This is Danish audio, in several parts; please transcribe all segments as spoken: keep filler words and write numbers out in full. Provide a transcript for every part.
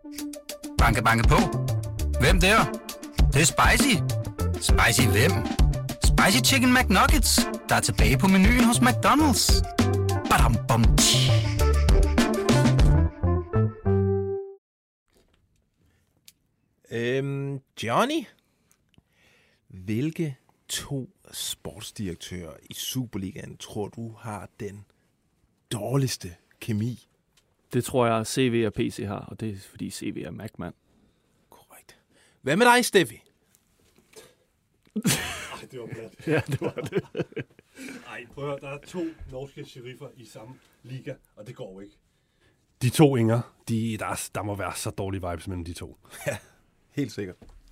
Banke, banke på. Hvem der? Det, det er spicy. Spicy hvem? Spicy Chicken McNuggets, der er tilbage på menuen hos McDonald's. Badum, bom, øhm, Johnny, hvilke to sportsdirektører i Superligaen tror du har den dårligste kemi? Det tror jeg, C V og P C har, og det er fordi C V er Mac-mand. Korrekt. Hvad med dig, Steffi? Ej, det var plat. Ja, det var det. Ej, prøv at høre, der er to norske sheriffer i samme liga, og det går ikke. De to Inger, de, der, der må være så dårlige vibes mellem de to. Ja, helt sikkert.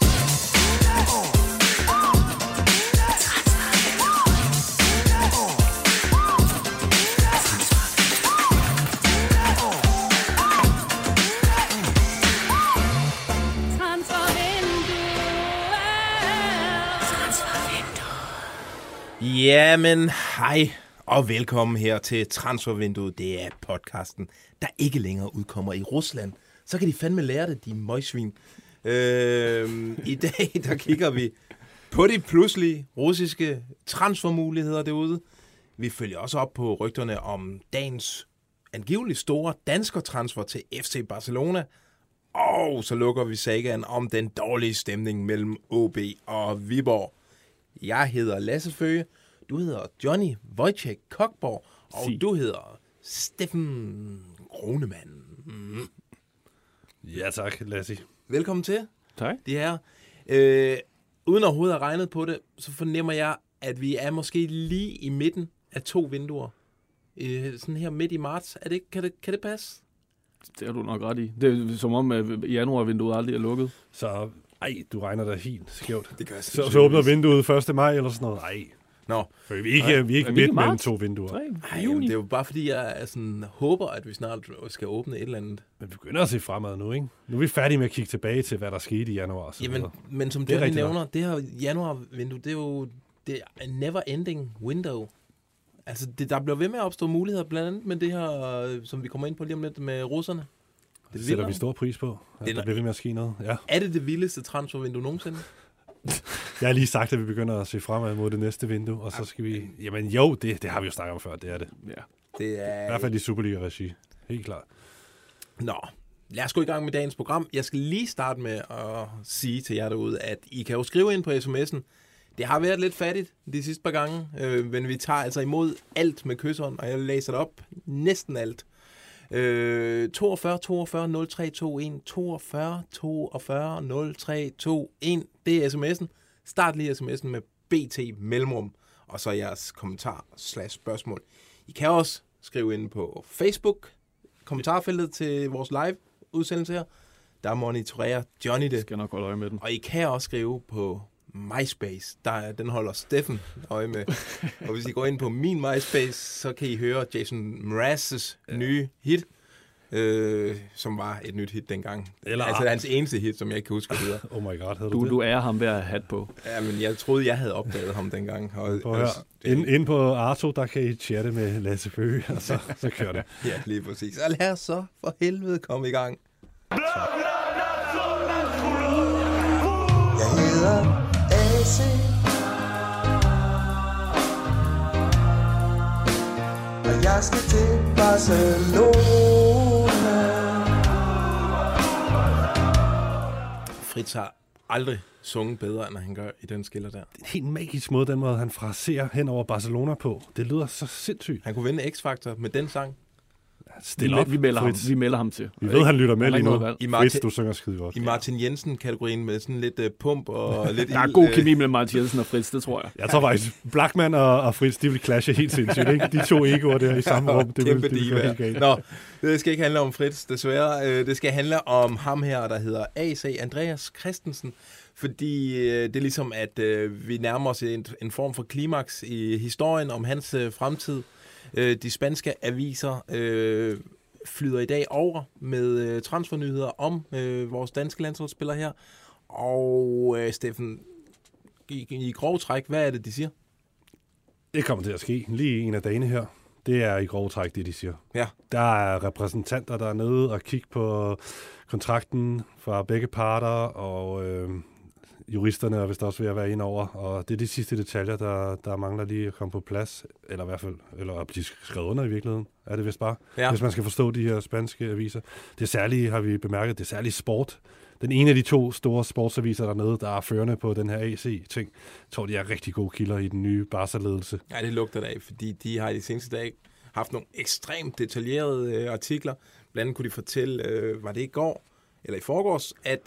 Jamen, hej og velkommen her til Transfervinduet. Det er podcasten, der ikke længere udkommer i Rusland. Så kan de fandme lære det, de møgsvin. Øh, I dag, der kigger vi på de pludselige russiske transfermuligheder derude. Vi følger også op på rygterne om dagens angiveligt store danskertransfer til F C Barcelona. Og så lukker vi sagaen om den dårlige stemning mellem O B og Viborg. Jeg hedder Lasse Føge, du hedder Johnny Wojciech Kokborg, og Sig. du hedder Steffen Gronemann. Mm. Ja tak, Lasse. Velkommen til, Tak. de her. Øh, uden overhovedet at have regnet på det, så fornemmer jeg, at vi er måske lige i midten af to vinduer. Øh, sådan her midt i marts. Er det ikke, kan, det, kan det passe? Det har du nok ret i. Det er som om, at januarvinduet aldrig er lukket. Så ej, du regner da helt skævt. Det gør jeg Så, så åbner vinduet første maj eller sådan noget. Ej, Nå, for vi er ikke, vi er ikke Er vi ikke midt i mellem marts? to vinduer. tre, ej, juni. jamen, det er jo bare fordi, jeg er sådan, håber, at vi snart skal åbne et eller andet. Men vi begynder at se fremad nu, ikke? Nu er vi færdige med at kigge tilbage til, hvad der skete i januar. Så Jamen, videre. men som Det er Johnny rigtigt nævner, det her januarvindue, det er jo det er a never-ending window. Altså, det, der bliver ved med at opstå muligheder, blandt andet med det her, som vi kommer ind på lige om lidt med russerne. det Det sætter vildt. vi stor pris på, at Det er- der bliver ved med at ske noget. Ja. Er det det vildeste transfervindue nogensinde? Jeg har lige sagt, at vi begynder at se fremad mod det næste vindue, og så skal vi... Jamen jo, det, det har vi jo snakket om før, det er det. Ja. Det er... I hvert fald i Superliga-regi. Helt klart. Nå, lad os gå i gang med dagens program. Jeg skal lige starte med at sige til jer derude, at I kan jo skrive ind på sms'en. Det har været lidt fattigt de sidste par gange, øh, men vi tager altså imod alt med kysseren, og jeg læser det op. Næsten alt. Øh, toogfyrre toogfyrre nul tre to en, toogfyrre toogfyrre nul tre to en, det er sms'en. Start lige sms'en med B T mellemrum, og så jeres kommentar slash spørgsmål. I kan også skrive ind på Facebook, kommentarfeltet til vores live udsendelse her. Der monitorerer Johnny Jeg det. skal nok holde øje med den. Og I kan også skrive på MySpace. Der, er- den holder Steffen øje med. Og hvis I går ind på min MySpace, så kan I høre Jason Mraz's ja. nye hit, øh, som var et nyt hit dengang. Eller- altså hans eneste hit, som jeg ikke kan huske videre. Oh my god, havde du, Du, det? du er ham ved at have hat på. Ja, men jeg troede, jeg havde opdaget ham dengang. Og, Prøv at høre. Ind, ind på Arto, der kan I chatte med Lasse Føge, og så, så kører det. Ja, lige præcis. Og lad os så for helvede komme i gang. Jeg hedder A C. Og jeg skal til Barcelona. Fritz har aldrig sunget bedre, end han gør i den skiller der. Det er en helt magisk måde, den måde, han fraserer hen over Barcelona på. Det lyder så sindssygt. Han kunne vinde X-Factor med den sang. Vi, Stil op, vi, melder ham, Fritz. vi melder ham til. Vi ved, han lytter med Han har lige ikke nu. noget valg. I Martin- Fritz, du synger skide godt. I Martin Jensen-kategorien med sådan lidt uh, pump og lidt Der er ild, god øh, kemi mellem Martin Jensen og Fritz, det tror jeg. Jeg tror faktisk, Blackman og, og Fritz, de vil clashe helt sindssygt, ikke? De to egoer der i samme rum, det vil, Kæmpe det vil gå diva. helt galt. Nå, det skal ikke handle om Fritz, desværre. Øh, Det skal handle om ham her, der hedder A C Andreas Christensen. Fordi øh, det er ligesom, at øh, vi nærmer os en, en form for klimaks i historien om hans øh, fremtid. Øh, de spanske aviser øh, flyder i dag over med øh, transfernyheder om øh, vores danske landsholdsspiller her. Og øh, Steffen, i, i grov træk, hvad er det, de siger? Det kommer til at ske lige en af dagene her. Det er i grove træk, det de siger. Ja. Der er repræsentanter, der er nede og kigge på kontrakten fra begge parter, og øh, juristerne er vist også ved at være ind over, og det er de sidste detaljer, der, der mangler lige at komme på plads, eller i hvert fald, eller at blive skrevet under i virkeligheden, er det vist bare, ja. Hvis man skal forstå de her spanske aviser. Det særlige, har vi bemærket, det er særligt sport. Den ene af de to store sportsaviser dernede, der er førende på den her A C-ting, tror de er rigtig gode kilder i den nye Barca-ledelse. Ja, det lugter det af, fordi de har i de seneste dage haft nogle ekstremt detaljerede øh, artikler. Blandt andet kunne de fortælle, øh, var det i går, eller i forgårs, at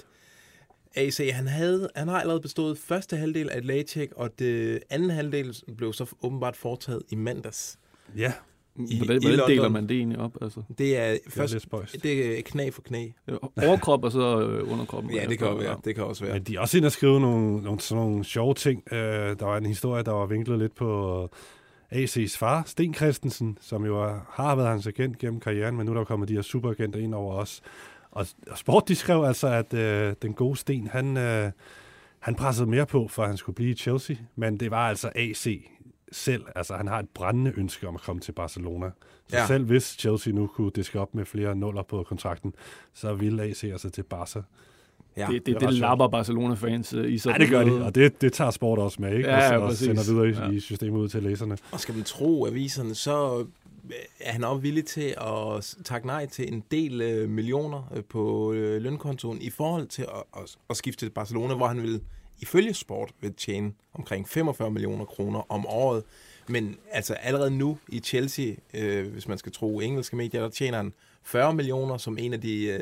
A C, han, havde, han har allerede bestået første halvdel af et lægetjek, og det anden halvdel blev så åbenbart foretaget i mandags. Ja. I, hvordan hvordan deler man det egentlig op? Altså? Det er, det først, er det er knæ for knæ. Overkrop og så underkroppen. Ja, det kan, også være. det kan også være. Men de er også inde og skrive nogle, nogle, sådan nogle sjove ting. Uh, der var en historie, der var vinklet lidt på A C's far, Sten Christensen, som jo er, har været hans agent gennem karrieren, men nu er der kommet de her superagenter ind over os. Og, og Sport, de skrev altså, at uh, den gode Sten, han, uh, han pressede mere på, for at han skulle blive i Chelsea, men det var altså A C selv, altså han har et brændende ønske om at komme til Barcelona. Så ja. Selv hvis Chelsea nu kunne diske op med flere nuller på kontrakten, så ville A C altså til Barca. Ja, det, det, det, det lapper Barcelona-fans uh, i sådan ja, det gør de, og det, det tager Sport også med, ikke? Ja, ja, og, og sender videre i, ja. i systemet ud til læserne. Og skal man tro aviserne, så er han også villig til at takke nej til en del øh, millioner øh, på øh, lønkontoen i forhold til at, at, at skifte til Barcelona, hvor han vil ifølge Sport vil tjene omkring femogfyrre millioner kroner om året. Men altså allerede nu i Chelsea, øh, hvis man skal tro engelske medier, der tjener han fyrre millioner som en af de øh,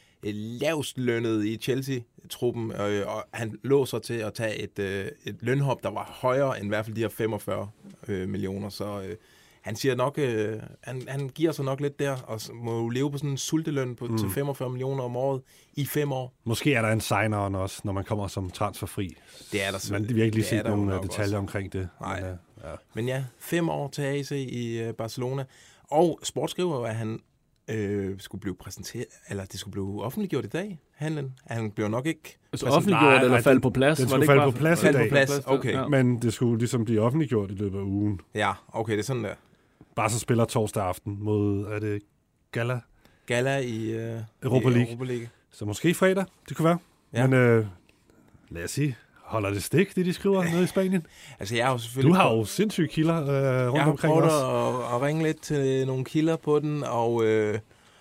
lavest lønnede i Chelsea-truppen. Øh, og han lå så til at tage et, øh, et lønhop, der var højere end i hvert fald de her femogfyrre øh, millioner. Så øh, han siger nok, øh, han, han giver sig nok lidt der, og må leve på sådan en sulteløn på, mm. til femogfyrre millioner om året i fem år. Måske er der en sign-on også, når man kommer som transferfri. Det er der selvfølgelig. Men vi har ikke lige set nogle detaljer også omkring det. Nej. Men, ja. Men ja, fem år til A C i uh, Barcelona. Og Sport skriver, at han øh, skulle blive præsenteret, eller det skulle blive offentliggjort i dag, handlen. Han blev nok ikke altså offentliggjort eller falde på plads? Den skulle falde på plads i dag. Falde på plads, okay. Ja. Men det skulle ligesom blive offentliggjort i løbet af ugen. Ja, okay, det er sådan der. Barca spiller torsdag aften mod, er det Gala? Gala i, uh, Europa, i League. Europa League. Så måske fredag, det kunne være. Ja. Men øh, lad os sige, holder det stik, det de skriver nede i Spanien? Altså, jeg har jo selvfølgelig... Du har jo sindssyge kilder øh, rundt omkring os. Jeg har prøvet at, at ringe lidt til nogle kilder på den, og øh,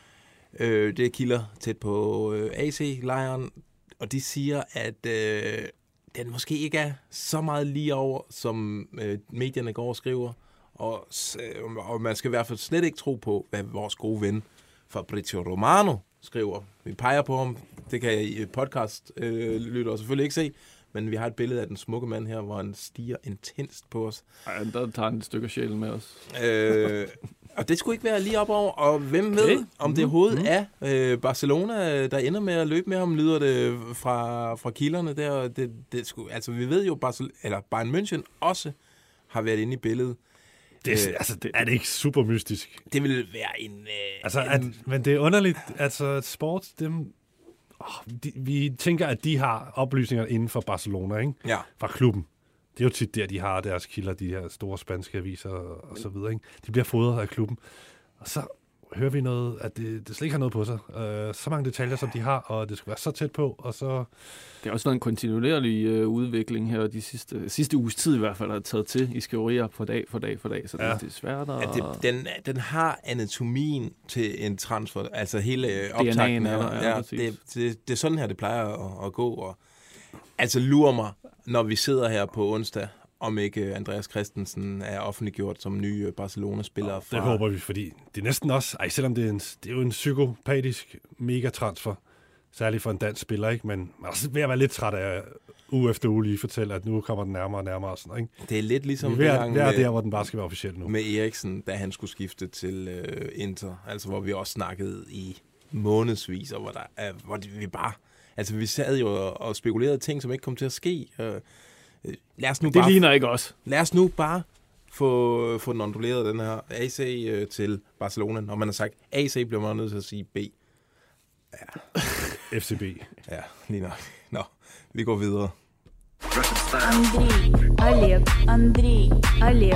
øh, det er kilder tæt på øh, A C-lejren, og de siger, at øh, den måske ikke er så meget lige over, som øh, medierne går og skriver. Og, og man skal i hvert fald slet ikke tro på, hvad vores gode ven Fabrizio Romano skriver. Vi peger på ham. Det kan jeg i podcast øh, lytter selvfølgelig ikke se, men vi har et billede af den smukke mand her, hvor han stiger intenst på os. Ej, der tager han et stykke af sjælen med os. Øh, og det skulle ikke være lige op over. Og hvem okay. ved, om det overhovedet mm. er øh, Barcelona, der ender med at løbe med ham, lyder det fra, fra kilderne der. Det, det skulle, altså, vi ved jo, Barcelona, eller Bayern München også har været inde i billedet. Det, øh, altså, det, er det ikke super mystisk? Det vil være en... Øh, altså, en at, men det er underligt, altså sport, dem, åh, de, vi tænker, at de har oplysninger inden for Barcelona, ikke? Ja. Fra klubben. Det er jo tit der, de har deres kilder, de her store spanske aviser og så videre, ikke? De bliver fodret af klubben. Og så hører vi noget, at det, det slet ikke har noget på sig. Uh, så mange detaljer, som de har, og det skal være så tæt på, og så... Det har også været en kontinuerlig uh, udvikling her, de sidste, sidste uges tid i hvert fald, har taget til i skriverier for dag for dag for dag, så ja. det, det er svært at... Ja, det, den, den har anatomien til en transfer, altså hele optakten. Ja, ja, det, det, det er sådan her, det plejer at, at gå, og altså lurer mig, når vi sidder her på onsdag, om ikke Andreas Christensen er offentliggjort som ny Barcelona-spiller. Fra... Det håber vi, fordi det er næsten også, ej, selvom det er, en, det er jo en psykopatisk megatransfer, særligt for en dansk spiller, ikke? Men man er også ved at være lidt træt af uge efter uge lige fortælle, at nu kommer den nærmere og nærmere. Og sådan, ikke? Det er lidt ligesom vi er, med, er der, hvor den bare skal være officiel nu. Med Eriksen, da han skulle skifte til øh, Inter, altså hvor vi også snakkede i månedsvis, og hvor, der, øh, hvor vi bare... Altså, vi sad jo og, og spekulerede ting, som ikke kom til at ske. Øh, lad os nu det bare, ligner ikke os. Lad os nu bare få, få den onduleret, den her A C øh, til Barcelona. Når man har sagt A C, bliver man nødt til at sige B. Ja. F C B. Ja, lige nok. Nå, vi går videre. Andrei, Oleg, Andrei, Oleg.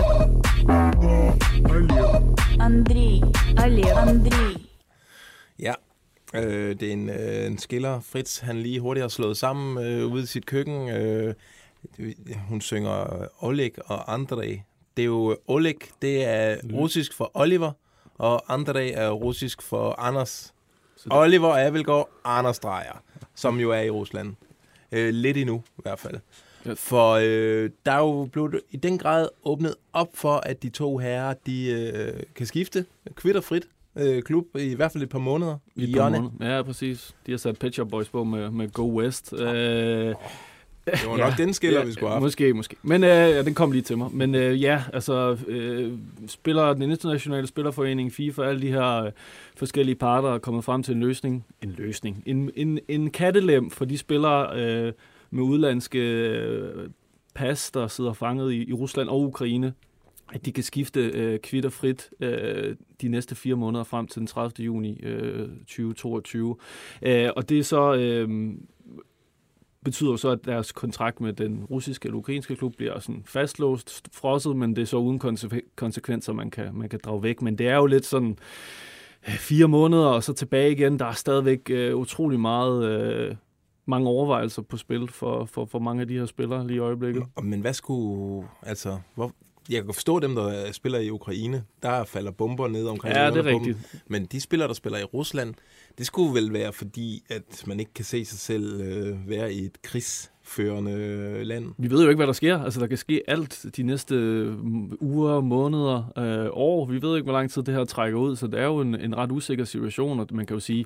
Andrei, Oleg, Andrei. Ja, Øh, det er en, øh, en skiller, Fritz, han lige hurtigt har slået sammen øh, ude i sit køkken. Øh, hun synger Oleg og Andrei. Det er jo Oleg, det er mm. russisk for Oliver, og Andrei er russisk for Anders. Det... Oliver Abildgaard, Anders Dreyer, som jo er i Rusland. Øh, lidt endnu, i hvert fald. For øh, der er jo blevet i den grad åbnet op for, at de to herrer, de øh, kan skifte kvitterfrit øh, klub, i hvert fald et par måneder. I et par måneder. Ja, præcis. De har sat Pet Shop Boys på med, med Go West. Oh. Øh, det var nok ja, den skiller, ja, vi skulle have. Måske, måske. Men øh, ja, den kom lige til mig. Men øh, ja, altså, øh, spiller den internationale spillerforening, FIFA, alle de her øh, forskellige parter er kommet frem til en løsning. En løsning. En, en, en kattelem for de spillere øh, med udlandske øh, pas, der sidder fanget i, i Rusland og Ukraine, at de kan skifte øh, kvitterfrit øh, de næste fire måneder frem til den tredivte juni øh, tyve toogtyve. Øh, og det er så... Øh, betyder så, at deres kontrakt med den russiske eller ukrainske klub bliver sådan fastlåst, frosset, men det er så uden konse- konsekvenser, man kan, man kan drage væk. Men det er jo lidt sådan fire måneder, og så tilbage igen. Der er stadigvæk øh, utrolig meget, øh, mange overvejelser på spil for, for, for mange af de her spillere lige i øjeblikket. Men hvad skulle... Altså, hvor, jeg kan forstå dem, der spiller i Ukraine. Der falder bomber ned omkring. Ja, det er rigtigt. Men de spillere, der spiller i Rusland, det skulle vel være fordi, at man ikke kan se sig selv øh, være i et krigsførende land. Vi ved jo ikke, hvad der sker. Altså, der kan ske alt de næste uger, måneder, øh, år. Vi ved ikke, hvor lang tid det her trækker ud, så det er jo en, en ret usikker situation, og man kan jo sige,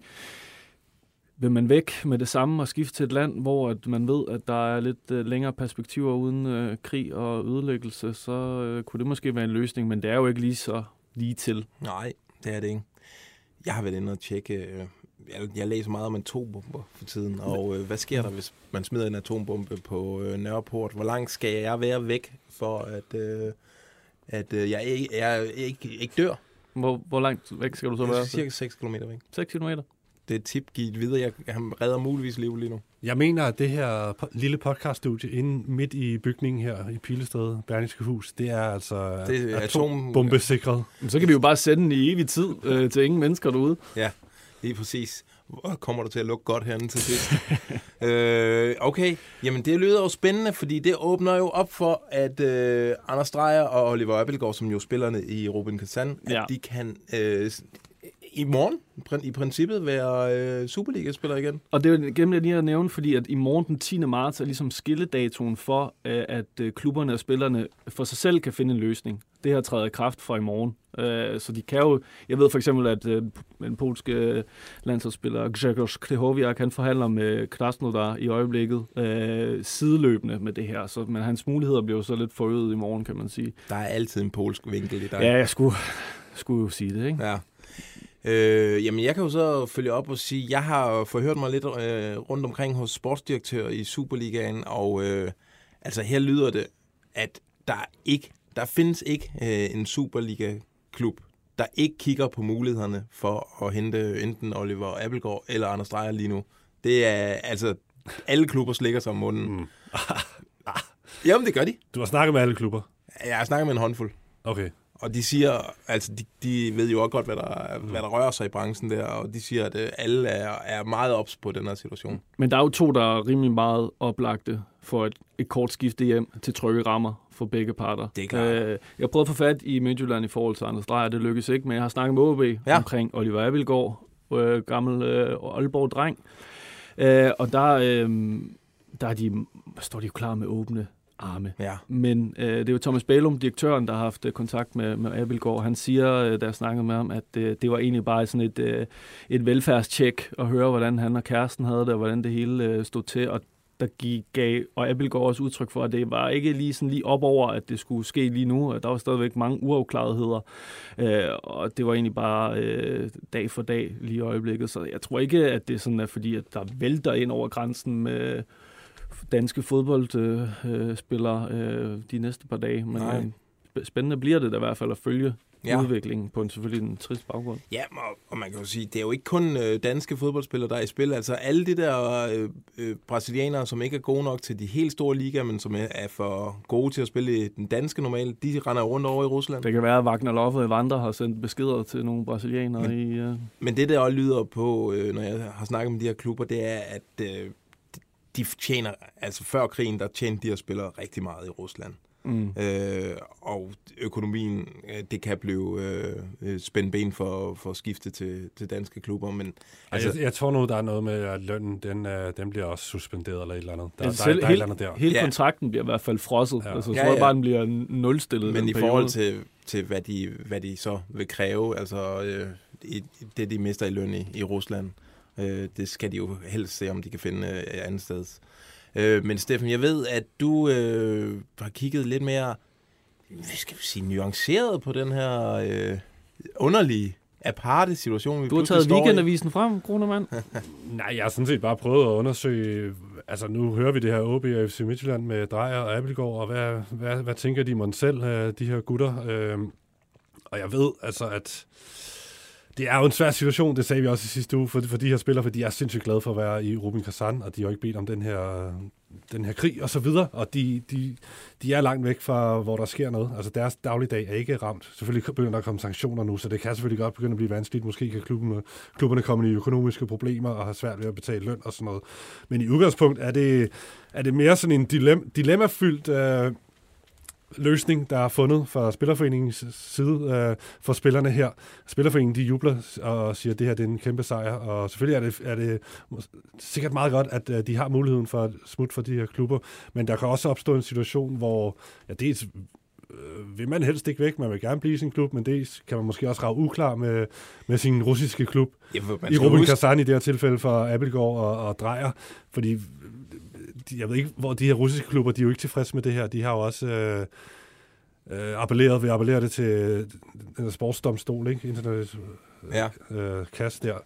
vil man væk med det samme og skifte til et land, hvor at man ved, at der er lidt øh, længere perspektiver uden øh, krig og ødelæggelse, så øh, kunne det måske være en løsning, men det er jo ikke lige så lige til. Nej, det er det ikke. Jeg har været inde og tjekke, øh, jeg, jeg læser meget om atombomber for tiden, og øh, hvad sker der, hvis man smider en atombombe på øh, Nørreport? Hvor langt skal jeg være væk, for at, øh, at øh, jeg, ikke, jeg ikke, ikke dør? Hvor, hvor langt væk skal du så være? Cirka seks kilometer væk. seks kilometer? Det er et tip givet videre. Jeg, han redder muligvis liv lige nu. Jeg mener, at det her po- lille podcaststudie inde midt i bygningen her i Pilested, Berlingske Hus, det er altså det er atombombesikret. Atom- Så kan vi jo bare sende den i evig tid øh, til ingen mennesker derude. Ja, lige præcis. Hvor kommer du til at lukke godt herinde til sidst? øh, okay, jamen det lyder jo spændende, fordi det åbner jo op for, at øh, Anders Dreyer og Oliver Abildgaard, som jo spillerne i Rubin Kazan, ja. at de kan... Øh, i morgen i princippet være øh, Superliga-spiller igen. Og det er jo gennem lige at nævne, fordi at i morgen den tiende marts er ligesom skilledatoen for, øh, at øh, klubberne og spillerne for sig selv kan finde en løsning. Det her træder i kraft for i morgen. Øh, så de kan jo... Jeg ved for eksempel, at øh, en polske øh, landsholdsspiller, Grzegorz Krychowiak, han forhandler med Krasnodar i øjeblikket øh, sideløbende med det her. Så, men hans muligheder bliver jo så lidt forøget i morgen, kan man sige. Der er altid en polsk vinkel i dig. Ja, jeg skulle, skulle jo sige det, ikke? Ja. Øh, jamen, jeg kan jo så følge op og sige, jeg har forhørt mig lidt øh, rundt omkring hos sportsdirektør i Superligaen, og øh, altså her lyder det, at der ikke, der findes ikke øh, en Superliga-klub, der ikke kigger på mulighederne for at hente enten Oliver Abildgaard eller Anders Dreyer lige nu. Det er altså, alle klubber slikker sig om munden. Mm. Jamen, det gør de. Du har snakket med alle klubber? Jeg har snakket med en håndfuld. Okay. Og de siger, altså de, de ved jo også godt, hvad der, mm. hvad der rører sig i branchen der, og de siger, at alle er, er meget ops på den her situation. Men der er jo to, der er rimelig meget oplagte for et, et kort skifte hjem til trygge rammer for begge parter. Det er klart. Øh, jeg prøvede at få fat i Midtjylland i forhold til Anders Dreyer, det lykkedes ikke, men jeg har snakket med O B ja. omkring Oliver Abildgaard, øh, gammel øh, Aalborg-dreng. Øh, og der, øh, der er de, står de jo klar med åbne arme. Ja. Men øh, det er jo Thomas Bælum, direktøren, der har haft øh, kontakt med, med Abildgaard. Han siger, øh, da jeg snakkede med ham, at øh, det var egentlig bare sådan et, øh, et velfærdstjek at høre, hvordan han og kæresten havde det, og hvordan det hele øh, stod til. Og der gik, gav, og Abildgaard også udtryk for, at det var ikke lige sådan lige op over, at det skulle ske lige nu. Der var stadigvæk mange uafklaretheder, øh, og det var egentlig bare øh, dag for dag lige i øjeblikket. Så jeg tror ikke, at det sådan er fordi, at der vælter ind over grænsen med danske fodboldspillere øh, øh, de næste par dage. Men øh, spændende bliver det da i hvert fald at følge ja. udvikling på en selvfølgelig en trist baggrund. Ja, og, og man kan jo sige, det er jo ikke kun øh, danske fodboldspillere, der er i spil. Altså alle de der øh, øh, brasilianere, som ikke er gode nok til de helt store ligaer, men som er, er for gode til at spille i den danske normale, de render rundt over i Rusland. Det kan være, at Wagner Love og Evander har sendt beskeder til nogle brasilianere. Men, i, øh... men det, der også lyder på, øh, når jeg har snakket med de her klubber, det er, at øh, de tjener, altså før krigen, der tjente de her spillere rigtig meget i Rusland. Mm. Øh, og økonomien, det kan blive øh, spændt ben for, for at skifte til, til danske klubber, men altså, jeg, jeg tror nu, der er noget med, at lønnen, den, øh, den bliver også suspenderet eller et eller andet. Der, altså, der, selv, der, der hele, er et eller andet der. Hele ja. kontrakten bliver i hvert fald frosset, ja. altså, så ja, ja. bare den bliver nulstillet. Men i periode. forhold til, til hvad, de, hvad de så vil kræve, altså øh, i, det de mister i løn i, i Rusland, øh, det skal de jo helst se, om de kan finde øh, andet sted. Øh, men Steffen, jeg ved, at du øh, har kigget lidt mere, hvad skal vi sige, nuanceret på den her øh, underlige, aparte situation, vi Du har taget weekendavisen frem, Grunermann? Nej, jeg har sådan set bare prøvet at undersøge, altså nu hører vi det her O B og F C Midtjylland med Dreyer og Abildgaard, og hvad, hvad, hvad tænker de mon selv, de her gutter? Øh, og jeg ved altså, at det er jo en svær situation, det sagde vi også i sidste uge, for, for de her spillere, for de er sindssygt glade for at være i Rubin Kazan, og de har jo ikke bedt om den her, den her krig og så videre, og de, de, de er langt væk fra, hvor der sker noget. Altså deres dagligdag er ikke ramt. Selvfølgelig begynder der at komme sanktioner nu, så det kan selvfølgelig godt begynde at blive vanskeligt. Måske kan klubben, klubberne komme i økonomiske problemer og have svært ved at betale løn og sådan noget. Men i udgangspunkt er det, er det mere sådan en dilemma, dilemmafyldt øh, løsning, der er fundet fra Spillerforeningens side øh, for spillerne her. Spillerforeningen, de jubler og siger, at det her det er en kæmpe sejr, og selvfølgelig er det, er det sikkert meget godt, at øh, de har muligheden for at smutte for de her klubber, men der kan også opstå en situation, hvor ja, dels øh, vil man helst ikke væk, man vil gerne blive i sin klub, men dels kan man måske også rage uklar med, med sin russiske klub. Ja, I Rubin Kazan i det her tilfælde for Abildgaard og, og Dreyer, fordi jeg ved ikke, hvor de her russiske klubber, de er jo ikke tilfredse med det her. De har jo også øh, øh, appelleret, vil appellere det til den sportsdomstol, ikke? Internet ja. øh, kast der.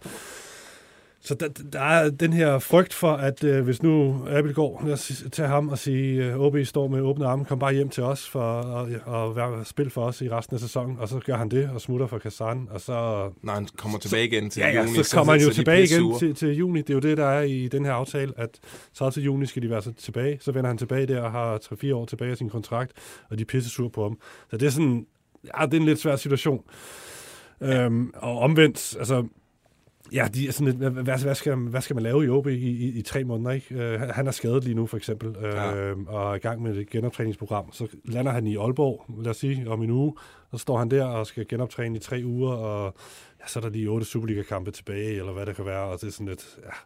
Så der, der er den her frygt for, at øh, hvis nu Abildgaard, lad os tage ham og sige, øh, O B står med åbne arme, kom bare hjem til os for at, at være spil for os i resten af sæsonen, og så gør han det og smutter for Kazan, og så... Når han kommer tilbage igen til ja, ja, juni, så kommer han jo så tilbage igen til, til juni. Det er jo det, der er i den her aftale, at så til juni skal de være så tilbage. Så vender han tilbage der og har tre fire år tilbage af sin kontrakt, og de er pisse sur på ham. Så det er sådan, ja, det er en lidt svær situation. Ja. Øhm, og omvendt, altså... Ja, de er sådan lidt, hvad, hvad, skal, hvad skal man lave i O B i, i, i tre måneder, ikke? Uh, han er skadet lige nu, for eksempel, uh, ja. og er i gang med et genoptræningsprogram. Så lander han i Aalborg, lad os sige, om en uge, og så står han der og skal genoptræne i tre uger, og ja, så er der lige otte Superliga-kampe tilbage, eller hvad det kan være, og det er sådan lidt... Ja.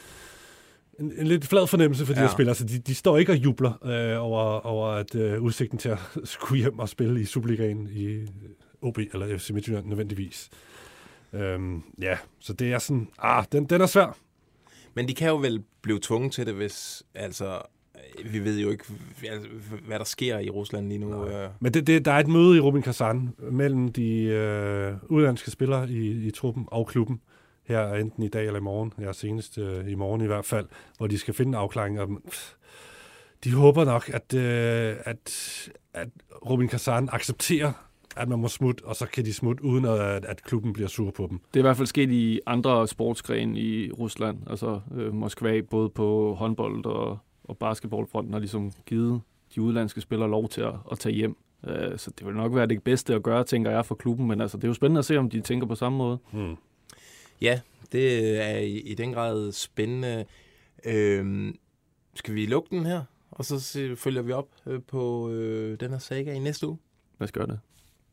En, en lidt flad fornemmelse for de ja. her spillere. Altså, de, de står ikke og jubler øh, over, over at øh, udsigten til at skulle hjem og spille i Superligaen i O B eller F C Midtjylland nødvendigvis. Øhm, ja, så det er sådan, ah, den, den er svær. Men de kan jo vel blive tvunget til det, hvis, altså, vi ved jo ikke, hvad der sker i Rusland lige nu. Øh. Men det, det, der er et møde i Rubin Kazan mellem de øh, udlandske spillere i, i truppen og klubben, her enten i dag eller i morgen, ja, senest øh, i morgen i hvert fald, hvor de skal finde en afklaring. Og, pff, de håber nok, at, øh, at, at Rubin Kazan accepterer, at man må smutte, og så kan de smutte, uden at, at klubben bliver sur på dem. Det er i hvert fald sket i andre sportsgrene i Rusland. Altså øh, Moskva, både på håndbold og, og basketballfronten, har ligesom givet de udlandske spillere lov til at, at tage hjem. Øh, så det vil nok være det bedste at gøre, tænker jeg, for klubben. Men altså, det er jo spændende at se, om de tænker på samme måde. Hmm. Ja, det er i, i den grad spændende. Øh, skal vi lukke den her? Og så se, følger vi op øh, på øh, den her saga i næste uge? Lad os gøre det.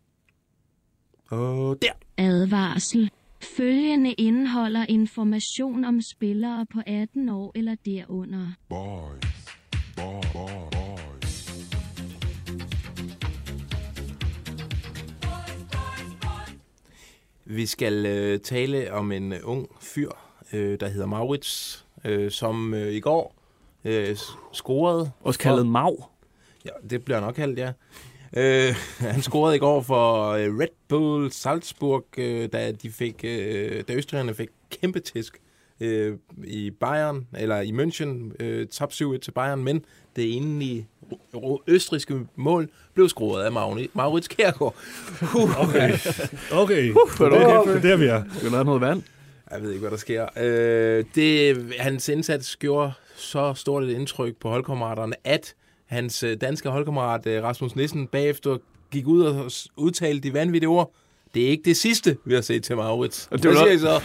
Og der. Advarsel. Følgende indeholder information om spillere på atten år eller derunder. Boys. Boys. Boys. Vi skal øh, tale om en øh, ung fyr, øh, der hedder Maurits, øh, som øh, i går øh, scorede. Også kaldet Mau. Ja, det bliver nok kaldt, ja. Øh, han scorede i går for øh, Red Bull Salzburg, øh, da de fik, øh, da østrigerne fik kæmpe tæsk øh, i Bayern, eller i München, øh, top syv et til Bayern, men det er egentlig østrigske mål blev scoret af Magnus, Maurits Kjærgaard. Uh. Okay, okay. Uh, det, er, det er der, vi er. Skal vi lade noget vand? Jeg ved ikke, hvad der sker. Øh, det, hans indsats gjorde så stort et indtryk på holdkammeraterne, at hans danske holdkammerat Rasmus Nissen bagefter gik ud og udtalte de vanvittige ord. Det er ikke det sidste, vi har set til Maurits. Det hvad siger I så?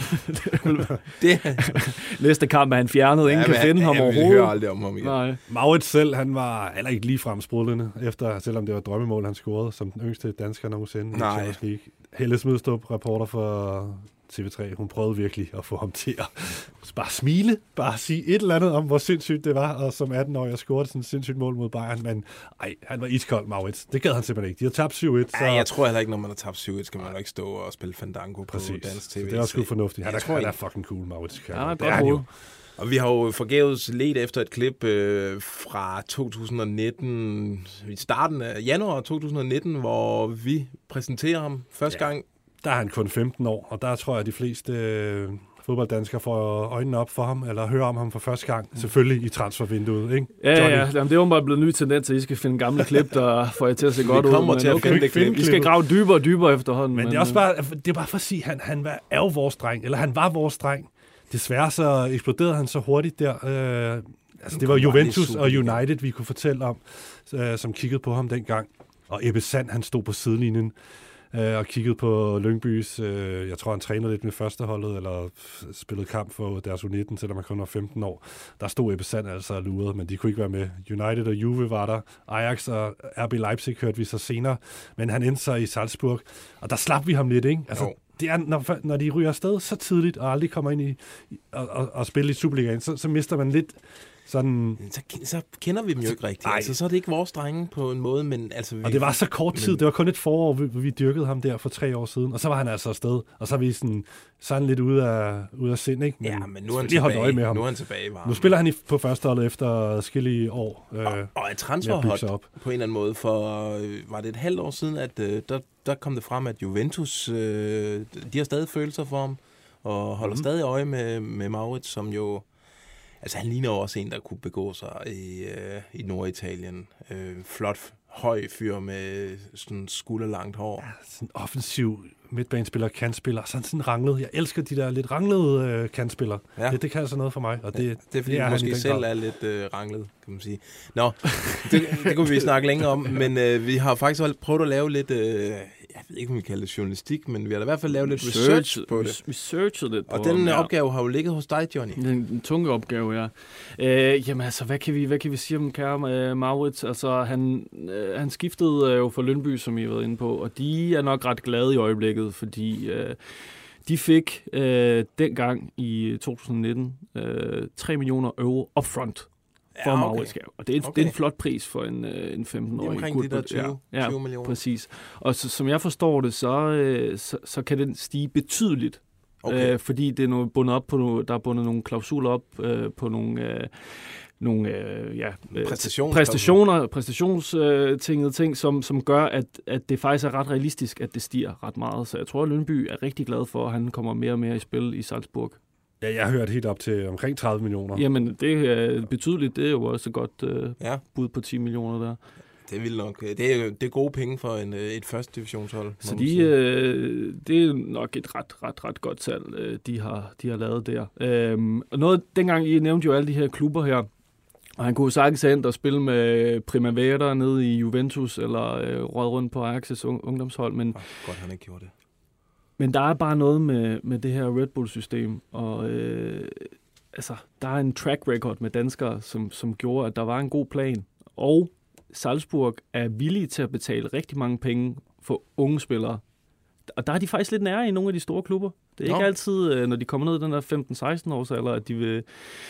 det... Næste kamp er han fjernet. Ingen ja, kan finde ham overhovedet. Jeg vil høre aldrig om ham igen. Nej. Maurits selv, han var heller ikke ligefrem sprudlende, efter, selvom det var drømmemål, han scorede som den yngste dansker nogensinde. Nej. Helle Smidstrup, reporter for T V tre, hun prøvede virkelig at få ham til at bare smile, bare sige et eller andet om, hvor sindssygt det var, og som atten-årig at scorede sådan et sindssygt mål mod Bayern, men ej, han var iskold, Maurits. Det gad han simpelthen ikke. De har tabt syv et. Så... Ja, jeg tror heller ikke, når man har tabt syv et, skal man ikke stå og spille Fandango Præcis. på dansk T V. Så det er også sgu fornuftigt. Han, er, tror, han er fucking cool, Maurits. Ja, han er det er han jo. Og vi har jo forgæves let efter et klip øh, fra to tusind nitten, i starten af januar to tusind nitten, hvor vi præsenterer ham første ja. gang. Der er han kun femten år, og der tror jeg, at de fleste øh, fodbolddanskere får øjnene op for ham, eller hører om ham for første gang. Mm. Selvfølgelig i transfervinduet, ikke? Ja, ja, ja. Jamen, det er jo bare blevet en ny tendens, at I skal finde gamle klip, der får jer til at se godt ud. Vi kommer til at finde det klip. Vi skal grave dybere og dybere efterhånden. Men, men det er også bare, det er bare for at sige, at han, han var, er jo vores dreng, eller han var vores dreng. Desværre så eksploderede han så hurtigt der. Øh, altså, det var Juventus og United, vi kunne fortælle om, øh, som kiggede på ham dengang. Og Ebbe Sand, han stod på sidelinjen og kiggede på Lyngbys, øh, jeg tror han trænede lidt med førsteholdet, eller spillede kamp for deres U nitten, selvom han kun var femten år. Der stod Ebbe Sand altså og lurede, men de kunne ikke være med. United og Juve var der, Ajax og R B Leipzig hørte vi så senere, men han endte sig i Salzburg, og der slap vi ham lidt, ikke? Altså, det er, når, når de ryger afsted så tidligt, og aldrig kommer ind i og, og, og spiller i Superligaen, så, så mister man lidt sådan... Så, så kender vi dem jo ikke rigtigt. Altså, så er det ikke vores drenge på en måde, men altså... Vi, og det var så kort tid. Men... Det var kun et forår, vi, vi dyrkede ham der for tre år siden, og så var han altså afsted. Og så er vi sådan, sådan lidt ude af, ude af sind, ikke? Men ja, men nu er han tilbage. Med ham. Nu er han tilbage. Var nu spiller han i, på førsteholdet efter forskellige år. Øh, og, og et transferhot på en eller anden måde, for øh, var det et halvt år siden, at øh, der, der kom det frem, at Juventus, øh, de har stadig følelser for ham, og holder mm. stadig øje med, med Maurits, som jo... Altså, han ligner også en, der kunne begå sig i, øh, i Norditalien. Øh, flot, høj fyr med sådan skulderlangt hår. Ja, sådan offensiv midtbanespiller, kantspiller. Sådan sådan ranglet. Jeg elsker de der lidt ranglede øh, kantspillere. Ja. Det, det kan altså noget for mig. Og det, ja, det er fordi, det er måske selv grad. er lidt øh, ranglet, kan man sige. Nå, det, det kunne vi snakke længere om, men øh, vi har faktisk prøvet at lave lidt... Øh, jeg ved ikke, om vi kalder det journalistik, men vi har da i hvert fald lavet lidt research, research på det. Researchet lidt på Og den ja. opgave har jo ligget hos dig, Johnny. Det er en tunge opgave, ja. Øh, jamen altså, hvad kan, vi, hvad kan vi sige om kære uh, Maurits? Altså, han, uh, han skiftede uh, jo for Lyngby, som I har været inde på, og de er nok ret glade i øjeblikket, fordi uh, de fik uh, dengang i to tusind nitten uh, tre millioner euro upfront. For ja, okay. Maurits Kjærgaard. Og det er, en, okay. det er en flot pris for en, en femten-årig. Det er omkring de der tyve, ja, tyve millioner. Præcis. Og så, som jeg forstår det, så, så, så kan den stige betydeligt. Okay. Øh, fordi det er noget bundet op på nogle, der er bundet nogle klausuler op øh, på nogle... Øh, nogle øh, ja, præstationer, præstationstingede ting, som, som gør, at, at det faktisk er ret realistisk, at det stiger ret meget. Så jeg tror, at Lyngby er rigtig glad for, at han kommer mere og mere i spil i Salzburg. Ja, jeg har hørt helt op til omkring tredive millioner. Jamen, det er betydeligt. Det er jo også et godt øh, ja. bud på ti millioner der. Det er vildt nok. Det er, det er gode penge for en, et første divisionshold. Så de, øh, det er nok et ret, ret, ret godt salg, de har, de har lavet der. Øhm, og noget, dengang I nævnte jo alle de her klubber her, og han kunne sagtens have og spille med Primavera nede i Juventus, eller øh, røget rundt på Ajax's ungdomshold. Men, oh, godt, han ikke gjorde det. Men der er bare noget med, med det her Red Bull-system, og øh, altså, der er en track record med danskere, som, som gjorde, at der var en god plan. Og Salzburg er villige til at betale rigtig mange penge for unge spillere. Og der er de faktisk lidt nære i nogle af de store klubber. Det er Nå. ikke altid, når de kommer ned i den der femten seksten års alder, at de vil,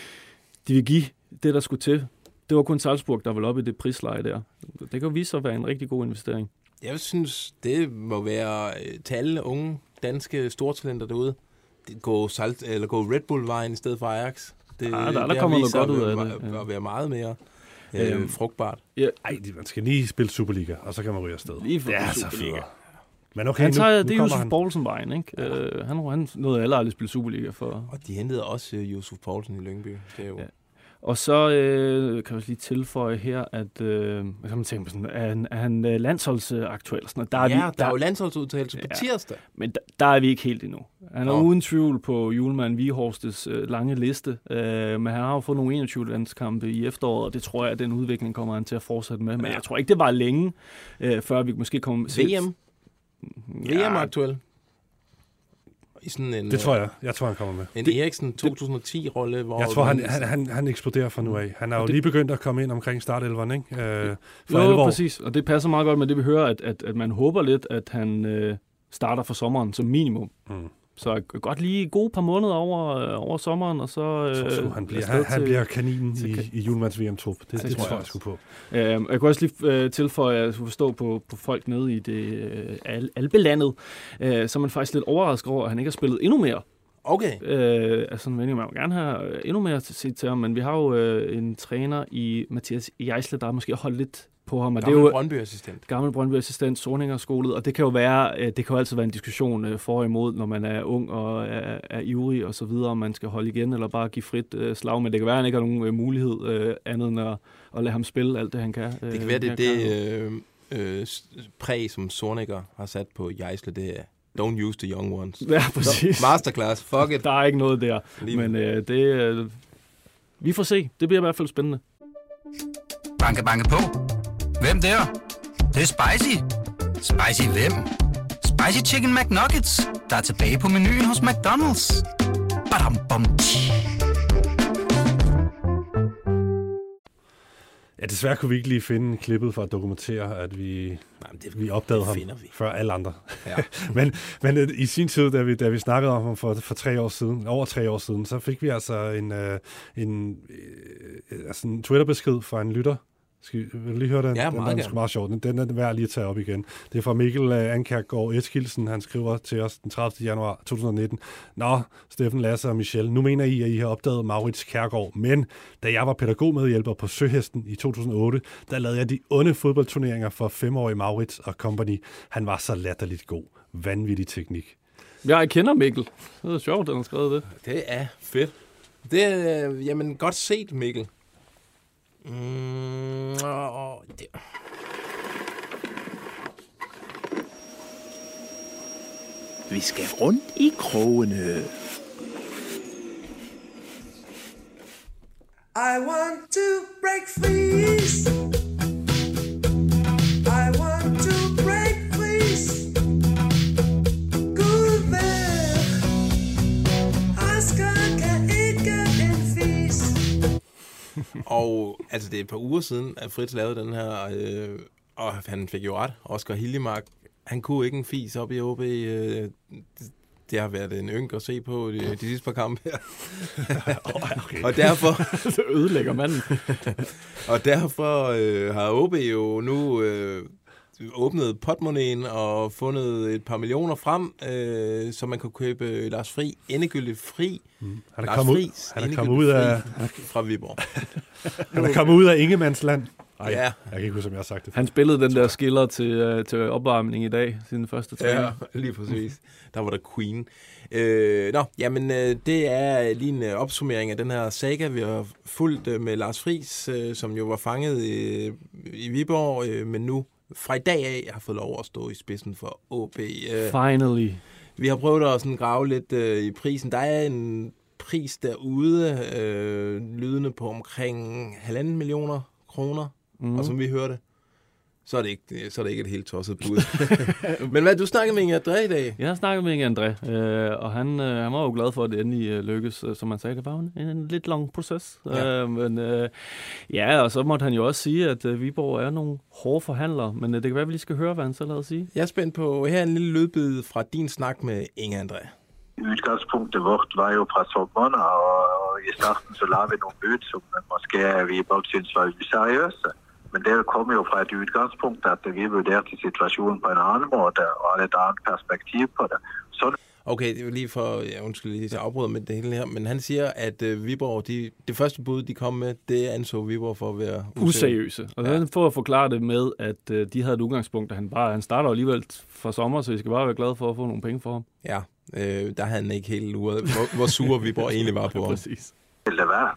de vil give det, der skulle til. Det var kun Salzburg, der var oppe i det prisleje der. Det kan vise sig at være en rigtig god investering. Jeg synes, det må være til alle unge danske stortalenter derude. Gå, Salt, eller gå Red Bull-vejen i stedet for Ajax. Det, ja, der, der det kommer noget godt ud af det. Det at være meget mere øh, øhm, frugtbart. Ja. Ej, man skal lige spille Superliga, og så kan man ryge afsted. Lige for det er så fedt. Men okay, han tager, nu, det nu er Josef Poulsen-vejen, ikke? Ja. Uh, han, han nåede aldrig aldrig spille Superliga for. Og de hentede også uh, Josef Poulsen i Lyngby. Det er jo... ja. Og så øh, kan jeg også lige tilføje her, at øh, hvad kan man tænke på sådan, er han, er han øh, landsholdsaktuel? Og sådan, der er ja, vi, der, der er jo landsholdsudtalelse på ja, tirsdag. Men der, der er vi ikke helt endnu. Han er Nå. uden tvivl på Julemand Vihorstes øh, lange liste, øh, men han har jo fået nogle enogtyve landskampe i efteråret, og det tror jeg, at den udvikling kommer han til at fortsætte med. Men ja. jeg tror ikke, det var længe, øh, før vi måske kommer... V M? Ja. V M aktuel? I sådan en, det tror jeg. Jeg tror, han kommer med. En det, Eriksen to tusind og ti-rolle, hvor... Jeg tror, han, han, han, han eksploderer fra nu af. Han er jo det, lige begyndt at komme ind omkring startelveren, ikke? Øh, for jo, præcis. Og det passer meget godt med det, vi hører, at, at, at man håber lidt, at han øh, starter for sommeren som minimum. Mm. Så godt lige gode par måneder over, øh, over sommeren, og så... Øh, så, så han, bliver, han, han bliver kaninen i, i Julemands V M-trup. Det, det, det tror jeg, jeg sgu på. Øh, jeg kan også lige øh, tilføje, at jeg skulle forstå på, på folk nede i det øh, al- albelandet, øh, så er man faktisk lidt overrasket over, at han ikke har spillet endnu mere. Okay. Øh, altså, man vil gerne have endnu mere til at sige til ham, men vi har jo øh, en træner i Mathias Jejsle, der måske har holdt lidt på ham. Gammel Brøndby-assistent. Gammel Brøndby-assistent, Sorninger-skolet, og det kan jo være, det kan jo altid være en diskussion for og imod, når man er ung og er, er ivrig og så videre, om man skal holde igen eller bare give frit uh, slag, men det kan være, at han ikke har nogen uh, mulighed uh, andet end at, at lade ham spille alt det, han kan. Det kan uh, være, det er det øh, øh, præg, som Sorninger har sat på Jejsle, det er don't use the young ones. Ja, præcis. Masterclass, fuck it. Der er ikke noget der, Lige. men uh, det, uh, vi får se. Det bliver i hvert fald spændende. Banke, banke på. Hvem der? Det, det er spicy. Spicy hvem? Spicy Chicken McNuggets, der er tilbage på menuen hos McDonald's. Badum, bom, ja, desværre kunne vi ikke lige finde klippet for at dokumentere, at vi, Jamen, det, vi opdagede ham vi. før alle andre. Ja. men men i sin tid, da vi, da vi snakkede om ham for, for tre år siden, over tre år siden, så fik vi altså en, uh, en, uh, altså en Twitter-besked fra en lytter. Skal vi, vil du lige høre den? Ja, den meget den er meget sjov. Den, den er værd lige at tage op igen. Det er fra Mikkel uh, Ankærgaard Eskildsen. Han skriver til os den tredivte januar to tusind og nitten. Nå, Steffen, Lasse og Michelle, nu mener I, at I har opdaget Maurits Kjærgaard, men da jeg var pædagogmedhjælper på Søhesten i to tusind og otte, der lavede jeg de onde fodboldturneringer for femårige Maurits og company. Han var så latterligt god. Vanvittig teknik. Ja, jeg kender Mikkel. Det er sjovt, at han har skrevet det. Det er fedt. Det er, øh, jamen, godt set, Mikkel. Mm, åh, det. Vi skal rundt i krogene. I want to break free. I want to break free. Gud vær, Oscar kan ikke en fis. Og altså, det er et par uger siden, at Fritz lavede den her, øh, og han fik jo ret. Oscar Hiljemark, han kunne ikke en fis op i O B. Øh, det har været en ynk at se på de, de sidste par kampe her. okay. Og derfor... Så ødelægger manden. og derfor øh, har O B jo nu øh, åbnet potmoneen og fundet et par millioner frem, øh, så man kan købe Lars Fri endegyldigt fri. Mm. Han er Lars kommet, Friis, han er kommet ud af fra Viborg. han er kommet ud af Ingemandsland. Ej, ja. Jeg kan ikke huske, som jeg har sagt det. Han spillede den der skiller til, uh, til opvarmning i dag, sin første træning. Ja, lige præcis. Der var der Queen. Øh, nå, jamen, øh, det er lige en øh, opsummering af den her saga, vi har fulgt øh, med Lars Friis, øh, som jo var fanget øh, i Viborg, øh, men nu fra i dag af har fået lov at stå i spidsen for O B. Øh, Finally. Vi har prøvet at sådan grave lidt øh, i prisen. Der er en pris derude, øh, lydende på omkring halvanden millioner kroner. Mm. Og som vi hørte, så er det ikke, så er det ikke et helt tosset bud. Men hvad, du snakkede med Inge André i dag? Jeg har snakket med Inge André, øh, og han, øh, han var jo glad for, at det endelig øh, lykkes. Som han sagde, det var en, en lidt lang proces. Ja. Øh, men øh, ja, og så måtte han jo også sige, at øh, Viborg er nogle hårde forhandlere. Men øh, det kan være, at vi lige skal høre, hvad han så lavede at sige. Jeg er spændt på, her en lille lydbid fra din snak med Inge André. Udgangspunktet vårt var jo fra sommeren, og i starten så lavede vi nogle bud, som måske Viborg synes var useriøse. Men det kom jo fra et udgangspunkt, at vi vurderede situationen på en anden måde, og havde et andet perspektiv på det. Så... Okay, det var lige for, ja, undskyld lige til at afbryde med det hele her, men han siger, at uh, Viborg, de, det første bud, de kom med, det anså Viborg for at være useriøse. Og ja. For at forklare det med, at uh, de havde et udgangspunkt, at han bare, han starter alligevel fra sommer, så vi skal bare være glade for at få nogle penge for ham. Ja, øh, der havde han ikke helt luret, hvor, hvor sure Viborg egentlig var på ham. Præcis. Det var.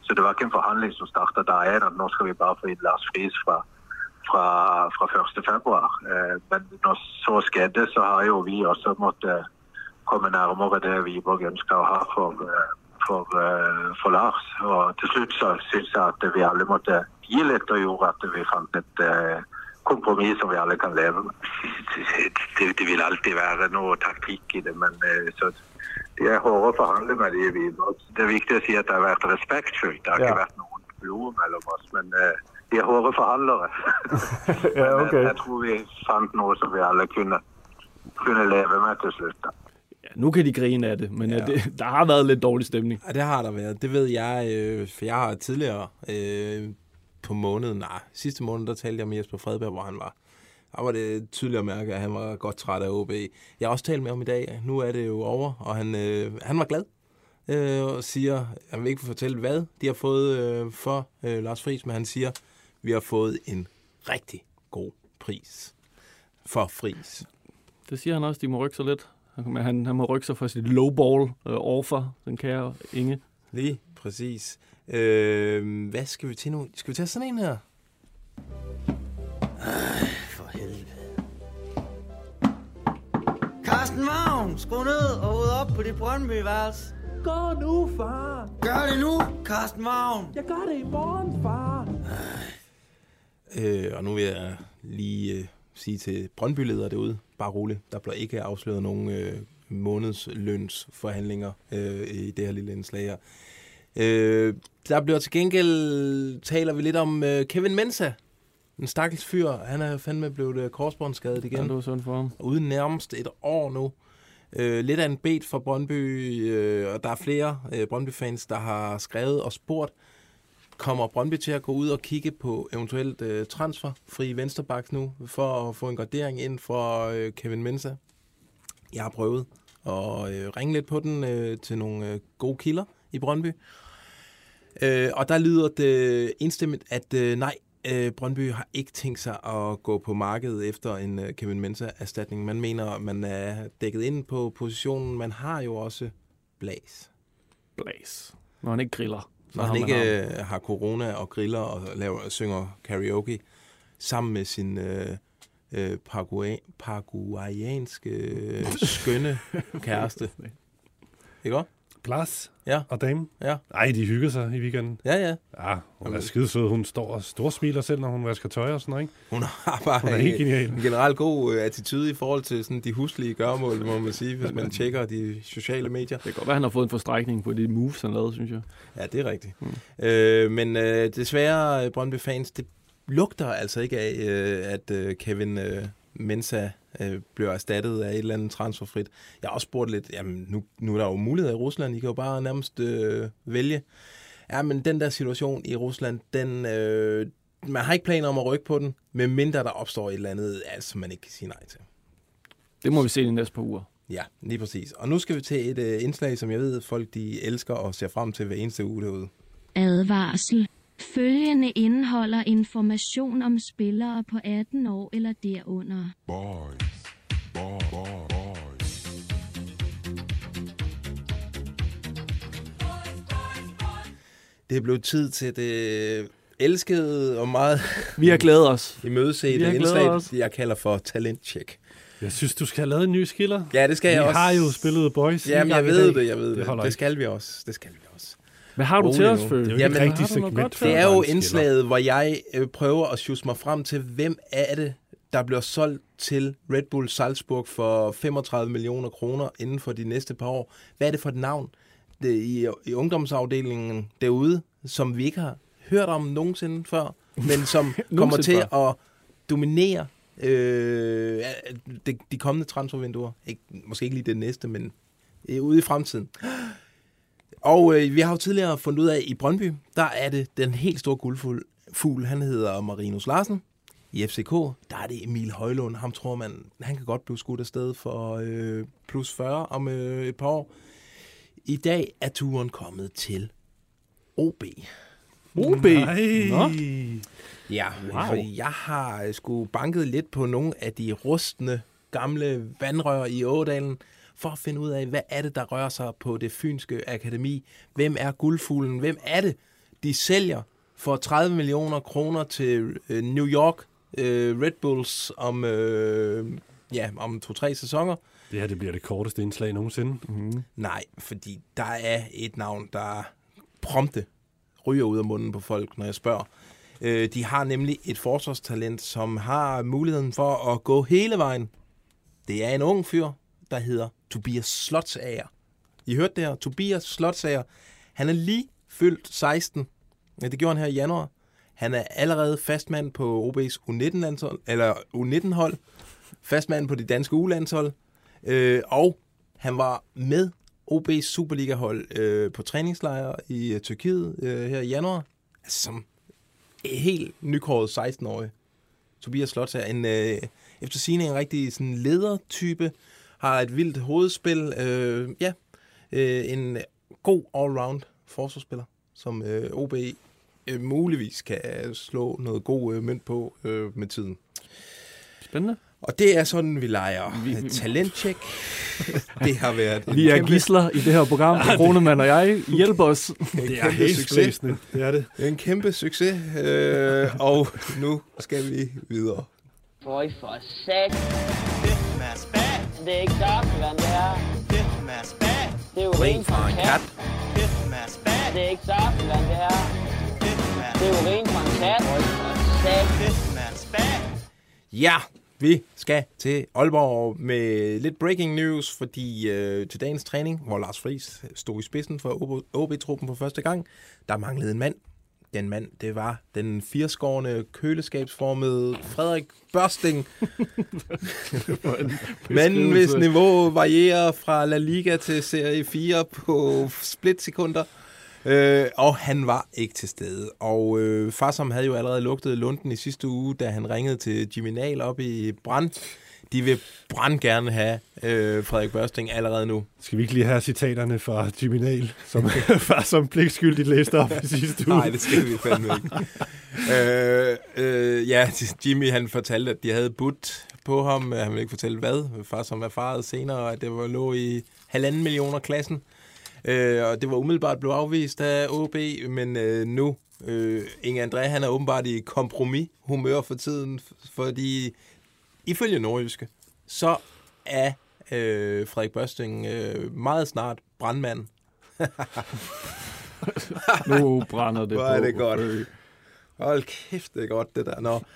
så det var ikke en forhandling, som startede der af, at nu skal vi bare få ind Lars Friis fra, fra, fra første februar. Uh, men når så skete, så har jo vi også måttet komme nærmere det, Viborg ønsker at have for, uh, for, uh, for Lars. Og til slut så synes jeg, at vi alle måtte give lidt, og gjorde, at vi fandt et uh, kompromis, som vi alle kan leve med. Det, det vil altid være noget taktik i det, men uh, så det er hårdt at forhandle med det i Viborg. Det er vigtigt at sige, at der har været respektfuldt. Der har ja. ikke været nogen blod mellem os, men uh, de er hårde forhandlere. Ja, okay. Men, uh, jeg tror, vi fandt noget, som vi alle kunne, kunne leve med til slut. Ja, nu kan de grine af det, men ja. det, der har været lidt dårlig stemning. Ja, det har der været. Det ved jeg, øh, for jeg har tidligere øh, på måneden, nej, sidste måned, der talte jeg med Jesper Fredberg, hvor han var. Der var det tydeligt at mærke, at han var godt træt af O B. Jeg har også talt med ham i dag. Nu er det jo over, og han, øh, han var glad øh, og siger, han vil ikke fortælle, hvad de har fået øh, for øh, Lars Friis, men han siger, vi har fået en rigtig god pris for Friis. Det siger han også, de må rykke sig lidt. Han, han, han må rykke sig fra sit lowball øh, offer, den kære Inge. Lige præcis. Øh, hvad skal vi til nu? Skal vi tage sådan en her? Ej, for helvede. Carsten Vagn, skru ned og ud op på dit Brøndby-værelse. Gå nu, far. Gør det nu, Carsten Vagn. Jeg gør det i morgen, far. Øh, og nu vil jeg lige øh, sige til Brøndby-ledere derude, bare roligt, der bliver ikke afsløret nogen øh, månedslønsforhandlinger øh, i det her lille indslag her. Øh, der bliver til gengæld, taler vi lidt om øh, Kevin Mensah. En stakkels fyr, han er fandme blevet korsbåndsskadet igen. Ja, det var sådan for ham. Uden nærmest et år nu. Øh, lidt af en bet for Brøndby, øh, og der er flere øh, Brøndby-fans, der har skrevet og spurgt, kommer Brøndby til at gå ud og kigge på eventuelt øh, transfer, fri venstrebacks nu, for at få en gradering ind for øh, Kevin Mensah? Jeg har prøvet at øh, ringe lidt på den øh, til nogle øh, gode kilder i Brøndby. Øh, og der lyder det enstemmigt, at øh, nej, øh, Brøndby har ikke tænkt sig at gå på markedet efter en øh, Kevin Mensah-erstatning. Man mener, man er dækket ind på positionen. Man har jo også Blas. Blas. Når han ikke griller. Når han ikke øh, har corona og griller og laver, synger karaoke sammen med sin øh, øh, paraguay- paraguayanske øh, skønne kæreste. Ikke også? Plads ja. og dame. Ja. Ej, de hygger sig i weekenden. Ja, ja. Ja, hun er skidesød. Hun står og storsmiler selv, når hun vasker tøj og sådan noget, ikke? Hun har bare hun er helt genial. En generelt god uh, attitude i forhold til sådan, de huslige gøremål, må man sige, hvis man tjekker de sociale medier. Det kan godt være, han har fået en forstrækning på de moves, han lavede, synes jeg. Ja, det er rigtigt. Mm. Øh, men øh, desværre, Brøndby-fans, det lugter altså ikke af, øh, at øh, Kevin øh, Mensah øh, bliver erstattet af et eller andet transferfrit. Jeg har også spurgt lidt, jamen nu, nu er der jo muligheder i Rusland, I kan jo bare nærmest øh, vælge. Ja, men den der situation i Rusland, den, øh, man har ikke planer om at rykke på den, medmindre der opstår et eller andet, altså man ikke kan sige nej til. Det må vi se i næste par uger. Ja, lige præcis. Og nu skal vi til et øh, indslag, som jeg ved, folk de elsker og ser frem til hver eneste uge derude. Advarsel. Følgende indeholder information om spillere på atten år eller derunder. Boys. Boys. Boys. Det er blevet tid til det elskede og meget... Vi har glædet os. I mødesætte indslag, jeg kalder for talentcheck. Jeg synes, du skal have lavet en ny skiller. Ja, det skal vi jeg også. Vi har jo spillet Boys. Jamen, jeg ved det, jeg ved det. Det, det skal vi også. Det skal vi også. Hvad har du til os, Følge? Det er jo ikke et rigtigt segment. Det er jo indslaget, hvor jeg øh, prøver at sjuse mig frem til, hvem er det, der bliver solgt til Red Bull Salzburg for femogtredive millioner kroner inden for de næste par år. Hvad er det for et navn det, i, i ungdomsafdelingen derude, som vi ikke har hørt om nogensinde før, men som kommer til før. at dominere øh, de, de kommende transfervinduer. Ikke, måske ikke lige det næste, men øh, ude i fremtiden. Og øh, vi har jo tidligere fundet ud af, at i Brøndby, der er det den helt store guldfugl. Han hedder Marinus Larsen. I F C K, der er det Emil Højlund. Ham tror man, han kan godt blive skudt afsted for øh, plus fyrre om øh, et par år. I dag er turen kommet til O B. O B? Nej. Ja, wow. Fordi jeg har sgu banket lidt på nogle af de rustne gamle vandrør i Ådalen, for at finde ud af, hvad er det, der rører sig på det fynske akademi? Hvem er guldfuglen? Hvem er det, de sælger for tredive millioner kroner til øh, New York øh, Red Bulls om, øh, ja, om to-tre sæsoner. Det her, det bliver det korteste indslag nogensinde. Mm-hmm. Nej, fordi der er et navn, der prompte ryger ud af munden på folk, når jeg spørger. Øh, de har nemlig et forsvarstalent, som har muligheden for at gå hele vejen. Det er en ung fyr, der hedder Tobias Slotsager. I hørte det her, Tobias Slotsager. Han er lige fyldt seksten. Ja, det gjorde han her i januar. Han er allerede fastmand på O B's U nitten-landshold, eller U nitten-hold. Fastmand på de danske U-landshold. Øh, og han var med O B's Superliga-hold øh, på træningslejre i uh, Tyrkiet øh, her i januar. Altså som helt nykåret seksten-årig. Tobias Slotsager, en, øh, efter sigende en rigtig sådan, ledertype, har et vildt hovedspil. Øh, ja, øh, en god all-round forsvarsspiller, som øh, O B øh, muligvis kan slå noget god øh, mønt på øh, med tiden. Spændende. Og det er sådan, vi leger vi, talentcheck. Det har været vi er kæmpe... gidsler i det her program, og Kronemann og jeg hjælper os. Det er helt succes. Det er det. Det er en kæmpe succes, øh, og nu skal vi videre. Føj for sat. Det er ikke saftevand, det her. Det er jo rent fra en kat. Det er ikke saftevand, det her. Det er jo rent fra en kat. Føj for sat. Ja, vi skal til Aalborg med lidt breaking news, fordi øh, til dagens træning, hvor Lars Friis stod i spidsen for O B-truppen for første gang, der manglede en mand. Den mand, det var den fireskårne, køleskabsformede Frederik Børsting. Manden, hvis niveau varierer fra La Liga til Serie fire på splitsekunder. Øh, og han var ikke til stede. Og øh, Farsom havde jo allerede lugtet lunden i sidste uge, da han ringede til Jimmy Nahl op i Brand. De vil brand gerne have øh, Frederik Børsting allerede nu. Skal vi ikke lige have citaterne fra Jimmy Nahl, som Farsom pligtskyldigt læste op i sidste uge? Nej, det skal vi fandme ikke. øh, øh, ja, Jimmy han fortalte, at de havde budt på ham. Han ville ikke fortælle hvad. Farsom erfarede senere, at det var lå i halvanden millioner klassen. Øh, og det var umiddelbart blevet afvist af O B, men øh, nu, øh, Inge André, han er åbenbart i kompromis-humør for tiden, fordi ifølge Nordjyske, så er øh, Frederik Børsting øh, meget snart brandmand. Nu brænder det Hvor på. er det godt. Hold kæft, det er godt, det der. Nå.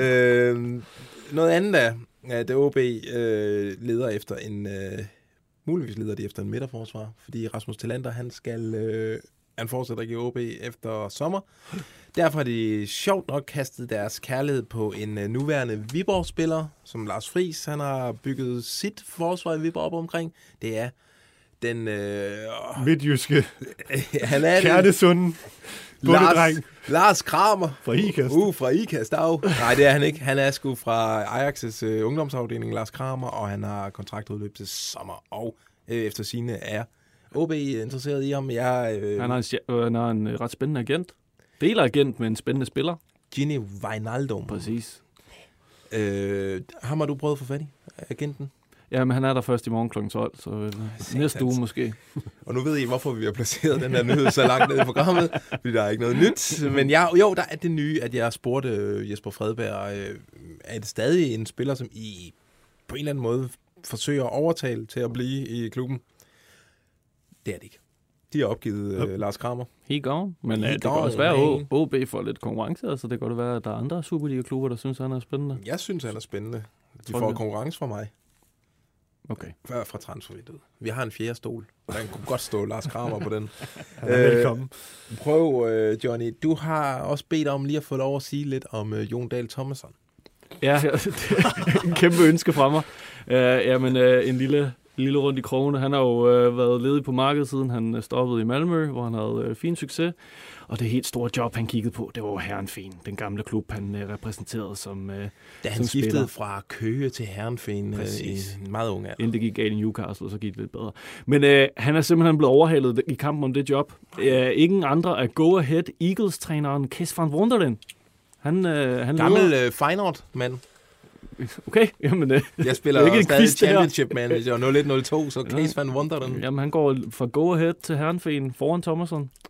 øh, noget andet er, at O B øh, leder efter en... Øh, Muligvis leder de efter en midterforsvar, fordi Rasmus Thelander, han skal, øh, han fortsætter ikke i O B efter sommer. Derfor har de sjovt nok kastet deres kærlighed på en øh, nuværende Viborg-spiller, som Lars Friis, han har bygget sit forsvar i Viborg op omkring. Det er den... Øh, Midtjyske. Han er Kærtesunden. Lars, Lars Kramer. Fra Ikast. Uh, fra Ikast, dag. Nej, det er han ikke. Han er sgu fra Ajax' øh, ungdomsafdeling, Lars Kramer, og han har kontraktudløb til sommer. Og øh, efter sigende er O B interesseret i ham. Jeg, øh, han, har en, øh, han har en ret spændende agent. Deler agent med en spændende spiller. Gini Wijnaldum. Præcis. Øh, ham har du prøvet at få fat i, agenten? Ja, men han er der først i morgen klokken tolv, så øh, næste uge måske. Og nu ved I, hvorfor vi har placeret den her nyhed så langt ned i programmet, fordi der er ikke noget nyt. Men ja, jo, der er det nye, at jeg spurgte Jesper Fredberg, øh, er det stadig en spiller, som I på en eller anden måde forsøger at overtale til at blive i klubben? Det er det ikke. De har opgivet øh, Lars Kramer. Helt gone. Men øh, det kan også være, at O B får lidt konkurrence. Altså, det kan godt være, at der er andre Superliga-klubber, der synes, han er spændende. Jeg synes, han er spændende. De får konkurrence fra mig. Okay. Før fra transfervinduet. Vi har en fjerde stol. Den kunne godt stå Lars Kramer på den. Ja, velkommen. Øh, prøv, øh, Johnny. Du har også bedt om lige at få lov at sige lidt om øh, Jon Dahl Tomasson. Ja, det er en kæmpe ønske fra mig. Uh, jamen, uh, en lille, lille rundt i krogene. Han har jo uh, været ledig på markedet, siden han stoppede i Malmö, hvor han havde uh, fin succes. Og det helt store job, han kiggede på, det var Herrenfeen, den gamle klub, han uh, repræsenterede som uh, Da han som skiftede spiller. Fra Køge til Herrenfeen uh, i en meget ung alder. Inden det gik galt i Newcastle, så gik det lidt bedre. Men uh, han er simpelthen blevet overhalet i kampen om det job. Uh, ingen andre er go-ahead Eagles-træneren Kees van Wonderen. Han, uh, han Gammel uh, Feyenoord-mand. Okay, jamen det Jeg spiller ikke stadig Championship Manager nul et nul to, så Kees van Wonderen. Jamen han går fra go-ahead til Herrenfeen foran Thomasson.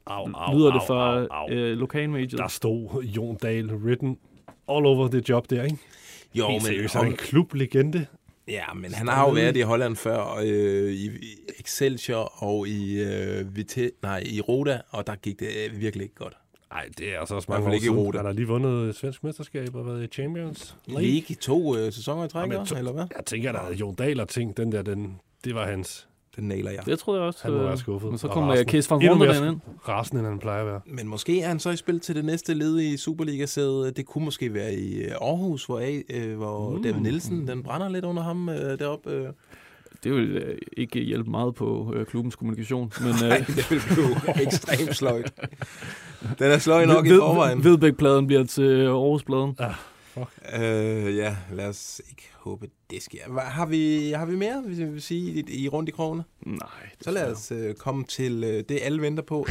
Au, au, lyder au, det fra au, au. Øh, lokalmediet. Der stod Jon Dahl written all over det job der, ikke? Jo, Helt men seriøst, han er en klublegende. Ja, men han har jo været i Holland før, øh, i Excelsior og i øh, Vite, nej, i Roda, og der gik det virkelig ikke godt. Nej, det er altså også mange år ikke siden. Han har lige vundet svensk mesterskab og været i Champions League. League i to øh, sæsoner i træk, to, eller hvad? Jeg tænker, at Jon Dahl og ting, den der, den, det var hans. Den nailer jeg. Det tror jeg også. Han må være skuffet. Men så kommer jeg Kees van Wonderen ind. Rasen, end han plejer at være. Men måske er han så i spil til det næste led i Superliga-sædet. Det kunne måske være i Aarhus, hvor, øh, hvor mm. David Nielsen, den brænder lidt under ham øh, deroppe. Øh. Det vil øh, ikke hjælpe meget på øh, klubbens kommunikation. Men, øh, Nej, det vil blive ekstremt sløjt. Den er sløj nok ved, i forvejen. Vedbæk-pladen bliver til Aarhus-pladen. Ah, fuck. Øh, ja, lad os ikke håbe, det sker. Hva, har, vi, har vi mere, hvis jeg vil sige, i, i rundt i krogene? Nej. Så lad os øh, komme til øh, det, alle venter på.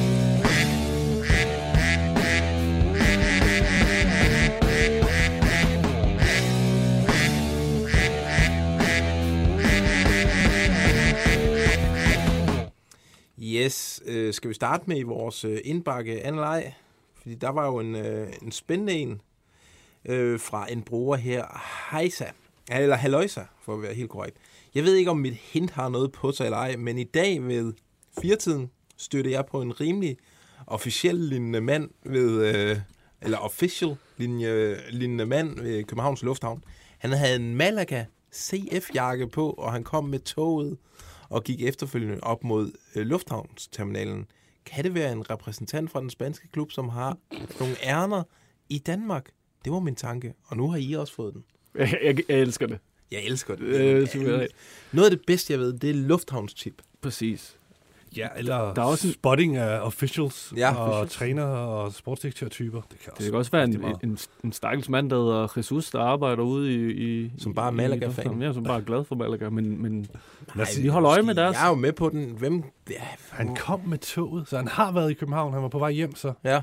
Yes, øh, skal vi starte med i vores øh, indbakke anden leg? Fordi der var jo en, øh, en spændende en øh, fra en bruger her, Hejsa, eller Halløjsa, for at være helt korrekt. Jeg ved ikke, om mit hint har noget på sig eller ej, men i dag ved firetiden stødte jeg på en rimelig officiel lignende mand ved, øh, eller official linje, lignende mand ved Københavns Lufthavn. Han havde en Malaga C F-jakke på, og han kom med toget og gik efterfølgende op mod øh, lufthavnsterminalen. Kan det være en repræsentant fra den spanske klub, som har nogle ærner i Danmark? Det var min tanke, og nu har I også fået den. Jeg, jeg, jeg elsker det. Jeg elsker det. Øh, Noget af det bedste, jeg ved, det er lufthavnstip. Præcis. Ja, eller der er også en spotting af officials ja, og officials. træner og sportsdirektørtyper. Det kan det også, kan også være en, en, en stakkels mand, der hedder Jesus, der arbejder ude i... i som bare er Malaga-fan. Ja, som bare er glad for Malaga, men, men Nej, vi holder øje med deres. Jeg er jo med på den. Hvem? Ja, han kom med toget, så han har været i København. Han var på vej hjem, så... Ja.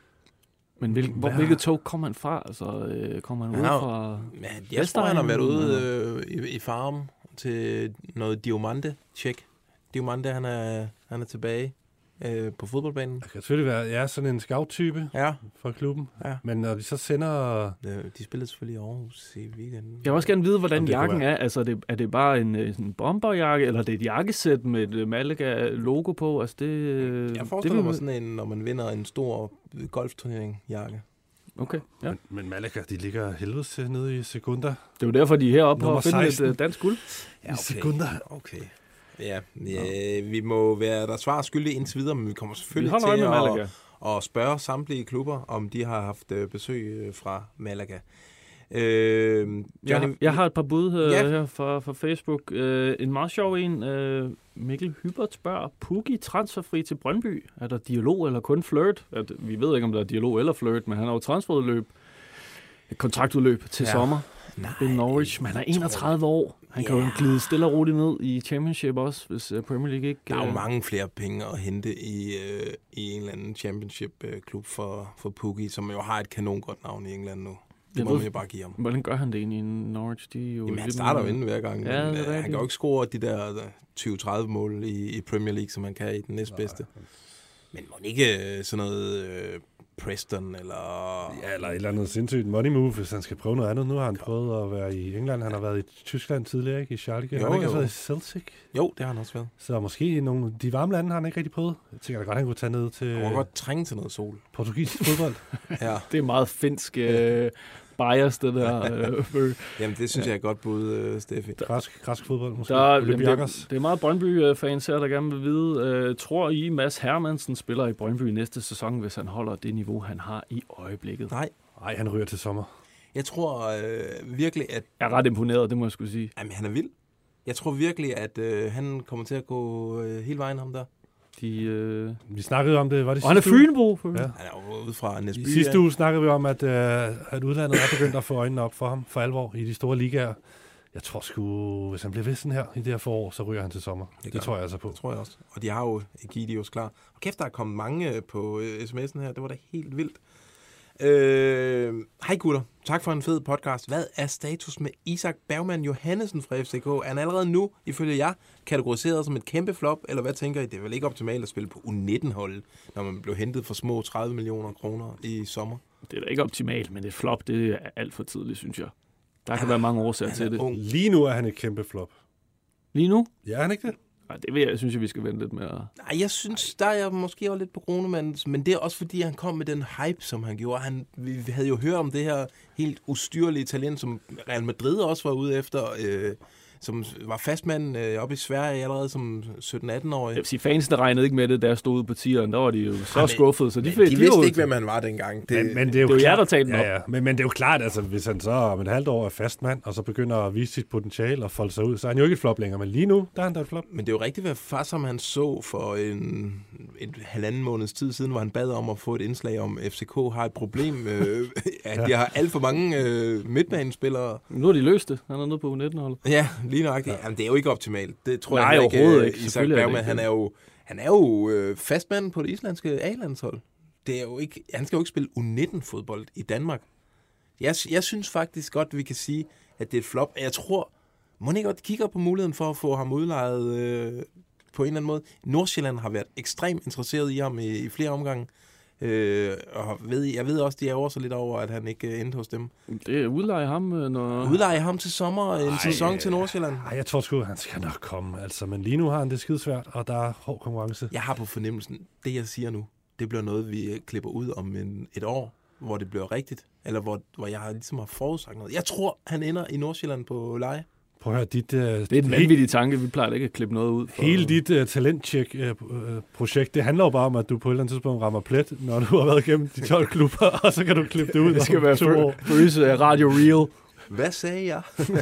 Men hvil, hvor, hvilket tog kommer han fra? Altså, øh, kommer han ud fra... Ja, jeg tror, han har været ude øh, i, i farm til noget Diamante-check. Diamante, han er, han er tilbage øh, på fodboldbanen. Det kan selvfølgelig være, ja, sådan en scout-type ja. fra klubben. Ja. Men når de så sender... De spillede selvfølgelig i Aarhus i weekenden. Jeg vil også gerne vide, hvordan jakken er. Altså, er det, er det bare en, en bomberjakke, eller er det et jakkesæt med et Malaga-logo på? Altså, det, jeg forestiller det mig sådan en, når man vinder en stor golfturnering-jakke. Okay, ja. Men, men Malaga, de ligger helvedes til nede i sekunder. Det er jo derfor, de er heroppe for at finde seksten. Et dansk guld. Ja, okay. I sekunder. Okay. Ja, ja, vi må være der svar skyldige indtil videre, men vi kommer selvfølgelig vi til at, at spørge samtlige klubber, om de har haft besøg fra Malaga. Øh, jeg, jeg har et par bud uh, ja. her fra, fra Facebook. Uh, en meget sjov en. Uh, Mikkel Hybert spørger, Pukki transferfri til Brøndby? Er der dialog eller kun flirt? At, vi ved ikke, om der er dialog eller flirt, men han har jo transferudløb, et kontraktudløb til ja. sommer. Nej, Norwich, men han er enogtredive år. Han yeah. kan jo glide stille og roligt ned i Championship også, hvis Premier League ikke... Der er jo mange flere penge at hente i, øh, i en eller anden Championship-klub for, for Pukki, som jo har et kanon godt navn i England nu. Det må man jo bare give ham. Hvordan gør han det egentlig i Norwich? De jo Jamen, han starter jo inden hver gang. Ja, men, han kan jo ikke score de der tyve tredive mål i, i Premier League, som han kan i den næstbedste. Men må ikke sådan noget... Øh, Preston, eller... Ja, eller et eller andet sindssygt money move, hvis han skal prøve noget andet. Nu har han prøvet at være i England. Han har været i Tyskland tidligere, ikke? I Schalke. Jo, han har ikke jo. været i Celtic. Jo, det har han også været. Så måske nogle... De varme lande har han ikke rigtig prøvet. Jeg tænker da godt, han kunne tage ned til... Han må godt trænge til noget sol. Portugisisk fodbold. Ja. Det er meget finsk... Øh, bias, det der. Øh, Jamen, det synes ja. jeg er godt bud, øh, Steffi. Græsk, græsk fodbold, måske. Der, jamen, det, det er meget Brøndby-fans her, der gerne vil vide. Øh, tror I, Mads Hermansen spiller i Brøndby næste sæson, hvis han holder det niveau, han har i øjeblikket? Nej. Nej, han ryger til sommer. Jeg tror øh, virkelig, at... Jeg er ret imponeret, det må jeg skulle sige. Jamen, han er vild. Jeg tror virkelig, at øh, han kommer til at gå øh, hele vejen ham der. De, øh... Vi snakkede om det, var det og han er Fynbo. Ja. Han er jo ude fra Næsby. I sidste uge snakkede vi om, at, øh, at udlandet er begyndt at få øjnene op for ham for alvor i de store ligaer. Jeg tror sgu, hvis han bliver ved sådan her i det her forår, så ryger han til sommer. Det, det tror jeg altså på. Det tror jeg også. Og de har jo Egidius klar. Og kæft, der er kommet mange på øh, sms'en her. Det var da helt vildt. Øh, hej gutter. Tak for en fed podcast. Hvad er status med Isak Bergman Johannesen fra F C K? Er han allerede nu, ifølge jer, kategoriseret som et kæmpe flop? Eller hvad tænker I? Det er vel ikke optimalt at spille på U nitten-holdet, når man blev hentet for små tredive millioner kroner i sommer? Det er da ikke optimalt, men et flop, det er alt for tidligt, synes jeg. Der kan han, være mange årsager til det. Ung. Lige nu er han et kæmpe flop. Lige nu? Ja, er han ikke det? Nej, det vil jeg, synes jeg, vi skal vente lidt med. Nej, jeg synes, der er jeg måske også lidt på Grunemann, men det er også fordi, han kom med den hype, som han gjorde. Han, vi havde jo hørt om det her helt ustyrlige talent, som Real Madrid også var ude efter, øh, som var fastmand øh, oppe i Sverige allerede som sytten-atten-årig. Jeg vil sige, fansene regnede ikke med det, der stod ude på tieren. Der var de jo så men, skuffede. Så de, de, de, de vidste ikke, hvem han var dengang. Det, men, men det er jo, det er jo klart, jer, der talte den ja, ja. Men, men det er jo klart, altså, hvis han så om et halvt år er fastmand, og så begynder at vise sit potentiale og folde sig ud, så er han jo ikke et flop længere. Men lige nu, der er han da et flop. Men det er jo rigtigt, hvad far, som han så for en, en halvanden måneds tid siden, hvor han bad om at få et indslag om, F C K har et problem, øh, at de har alt for mange øh, midtbanespillere. Nu har de løst det. Han er nede på U nitten-holdet. Ja, lige nøjagtigt. Ja. Jamen, det er jo ikke optimalt. Det tror Nej, jeg overhovedet ikke. ikke. Isak Bergman, han er jo, han er jo øh, fastmand på det islandske A-landshold. Det er jo ikke, han skal jo ikke spille U nitten-fodbold i Danmark. Jeg, jeg synes faktisk godt, vi kan sige, at det er et flop. Jeg tror, må ikke godt kigger på muligheden for at få ham udlejet øh, på en eller anden måde. Nordsjælland har været ekstremt interesseret i ham i, i flere omgange. Øh, og ved, jeg ved også, de er over så lidt over, at han ikke endte hos dem. Det er udleje ham, når... Udleje ham til sommer, en Ej, sæson til Nordsjælland. Nej, jeg tror sgu, han skal nok komme. Altså, men lige nu har han det skidesvært, og der er hård konkurrence. Jeg har på fornemmelsen, det jeg siger nu, det bliver noget, vi klipper ud om en, et år, hvor det bliver rigtigt. Eller hvor, hvor jeg ligesom har forudsagt noget. Jeg tror, han ender i Nordsjælland på leje. Prøv at høre, dit... Uh, det er en vanvittig tanke. Vi plejer ikke at klippe noget ud. For... Hele dit uh, talentcheck-projekt, uh, det handler jo bare om, at du på et eller andet tidspunkt rammer plet, når du har været igennem de tolv klubber, og så kan du klippe det ud. Det skal være følelse af Radio Real. Hvad sagde jeg?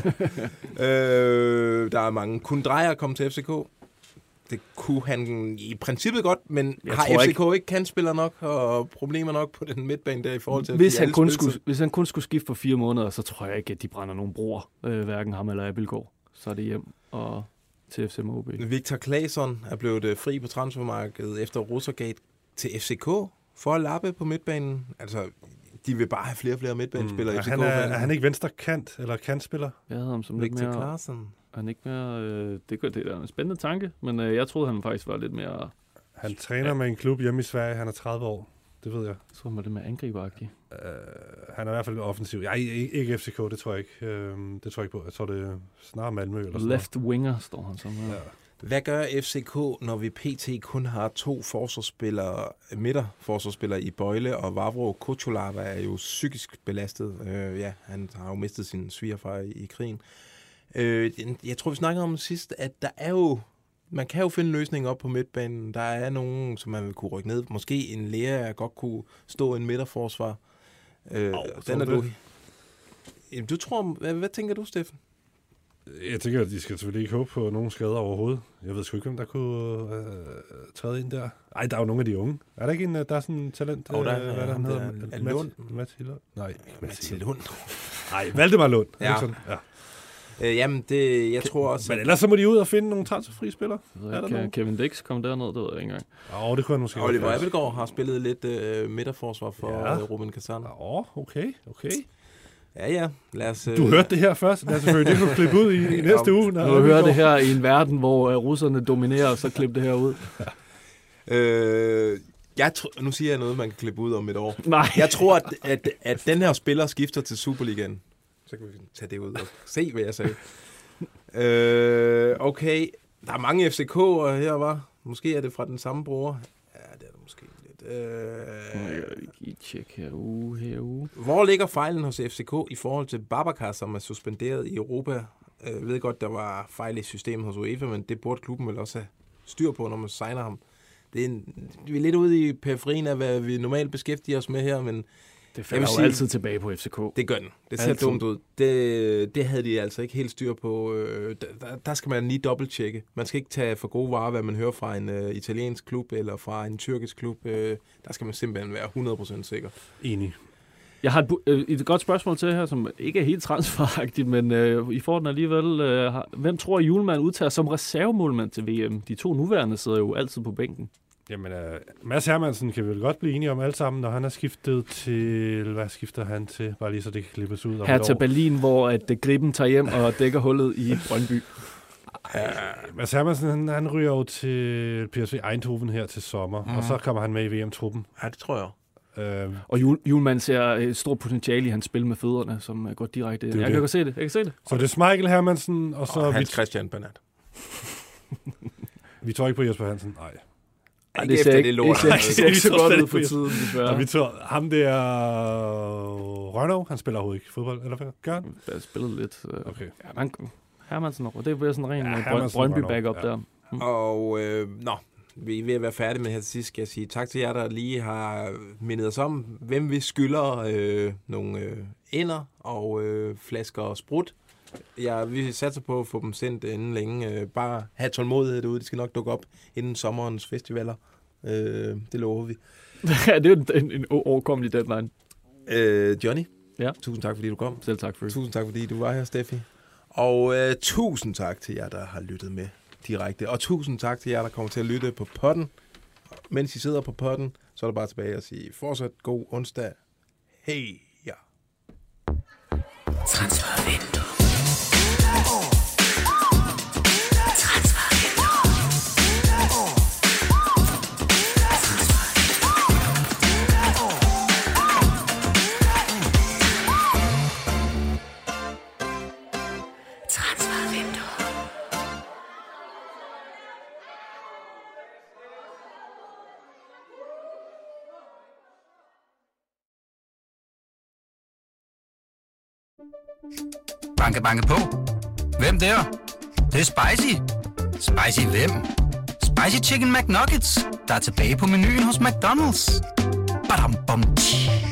øh, der er mange. Kunne Drejer komme til F C K? Det kunne han i princippet godt, men jeg har F C K ikke, ikke kandspiller nok og problemer nok på den midtbane der i forhold til... Hvis han, kun skulle, hvis han kun skulle skifte for fire måneder, så tror jeg ikke, at de brænder nogen broer, øh, hverken ham eller Abildgaard. Så er det hjem og til F C M O B. Victor Claesson er blevet fri på transfermarkedet efter Russergate til F C K for at lappe på midtbanen. Altså, de vil bare have flere og flere midtbanespillere. Mm. Er, han er, er han ikke venstre kant eller kantspiller? Jeg havde ham som Victor lidt mere... Claesson. Han ikke mere... Øh, det, det er en spændende tanke, men øh, jeg troede, han faktisk var lidt mere... Han træner ja. med en klub hjemme i Sverige. Han er tredive år. Det ved jeg. Så var det med angriberagtigt. Uh, han er i hvert fald offensiv. Ja, ikke F C K, det tror jeg ikke. Uh, det tror jeg ikke på. Jeg tror, det er snarere Malmø eller sådan Left noget. Winger står han som. Ja. Hvad gør F C K, når vi pt. Kun har to forsvarsspillere, midterforsvarsspillere i Bøjle, og Vavro Kocholava er jo psykisk belastet. Uh, ja, han har jo mistet sin svigerfar i, i krigen. Uh, jeg tror, vi snakkede om sidst, at der er jo man kan jo finde løsninger op på midtbanen. Der er nogen, som man vil kunne rykke ned. Måske en lærer godt kunne stå en midterforsvar. Øh, oh, den er du... Jamen, du tror... Hvad, hvad tænker du, Steffen? Jeg tænker, at de skal selvfølgelig ikke håbe på nogen skader overhovedet. Jeg ved sgu ikke, hvem der kunne øh, træde ind der. Ej, der er jo nogle af de unge. Er der ikke en, der er sådan en talent? Oh, der, øh, hvad ja, der, han hedder? Er Lund. Mats Lund? Nej, ikke Mats Lund. Nej, Valdemar Lund. Ja. ja. Øh, jamen, det, jeg tror også... Men ellers så må de ud og finde nogle transferfrie spillere. Kan Kevin Dix komme derned? Det ved jeg ikke engang. Åh, oh, det kunne han måske. Oliver Abildgaard har spillet lidt øh, midterforsvar for ja. Ruben Kazan. Åh, oh, okay, okay. Ja, ja. Lad os, øh... Du hørte det her først. Lad os selvfølgelig det kunne klippe ud i, i næste uge. Du hører det her i en verden, hvor uh, russerne dominerer, så klip det her ud. Ja. øh, jeg tr- nu siger jeg noget, man kan klippe ud om et år. Nej. Jeg tror, at, at, at den her spiller skifter til Superligaen. Så kan vi tage det ud og se, hvad jeg sagde. øh, okay. Der er mange F C K'ere her, var. Måske er det fra den samme bror. Ja, det er det måske lidt. Øh... Jeg kan lige tjekke her uge, her uge. Hvor ligger fejlen hos F C K i forhold til Babacar, som er suspenderet i Europa? Jeg ved godt, der var fejl i systemet hos UEFA, men det burde klubben vel også have styr på, når man signer ham. Det er en, vi er lidt ude i periferien af, hvad vi normalt beskæftiger os med her, men det falder jo sige, altid tilbage på F C K. Det gør den. Det ser altid dumt ud. Det, det havde de altså ikke helt styr på. Der, der skal man lige dobbelttjekke. Man skal ikke tage for gode varer, hvad man hører fra en uh, italiensk klub eller fra en tyrkisk klub. Uh, der skal man simpelthen være hundrede procent sikker. Enig. Jeg har et, uh, et godt spørgsmål til her, som ikke er helt transferagtigt, men uh, I får den alligevel. Uh, hvem tror Hjulmand udtager som reservemålmand til V M? De to nuværende sidder jo altid på bænken. Jamen, uh, Mads Hermansen kan vi vel godt blive enige om alle sammen, når han er skiftet til... Hvad skifter han til? Bare lige så det kan klippes ud om Her et til år. Berlin, hvor at Gribben tager hjem og dækker hullet i Brøndby. Uh, Mads Hermansen, han, han ryger jo til P S V Eindhoven her til sommer, mm. og så kommer han med i V M-truppen. Ja, det tror jeg. Uh, og Jul, Julemand ser et stort potentiale i hans spil med fødderne, som går direkte. Jeg det. kan godt se det. Jeg kan se det. Så det er Michael Hermansen, og så... Og Hans Christian Bernat. Vi tror ikke på Jesper Hansen. Nej. Ej, det ser ikke, det lort. Det ser ikke så godt ud for tiden, desværre. Og vi tror, ham der Rønnow, han spiller overhovedet ikke fodbold, eller hvad? Gør han? Jeg spillede lidt. Okay. Ja, han, Hermansen, det er sådan en ren ja, Brøndby-backup ja. der. Hmm. Og, øh, nå, vi er ved at være færdige med her til sidst, skal jeg sige. Tak til jer, der lige har mindet os om, hvem vi skylder øh, nogle øh, ender og øh, flasker og sprut. Ja, vi satser på at få dem sendt inden længe. Øh, bare have tålmodighed derude. De skal nok dukke op inden sommerens festivaler. Øh, det lover vi. Ja, det er en, en overkommelig deadline. Øh, Johnny, ja. Tusind tak, fordi du kom. Selv tak for det. Tusind tak, fordi du var her, Steffi. Og øh, tusind tak til jer, der har lyttet med direkte. Og tusind tak til jer, der kommer til at lytte på podden. Mens I sidder på podden, så er der bare tilbage at sige fortsat god onsdag. Hej, ja. Transfervindue. Banke, banke på. Hvem der? Det, det er spicy. Spicy hvem? Spicy Chicken McNuggets, der er tilbage på menuen hos McDonald's. Badum, bom, tji.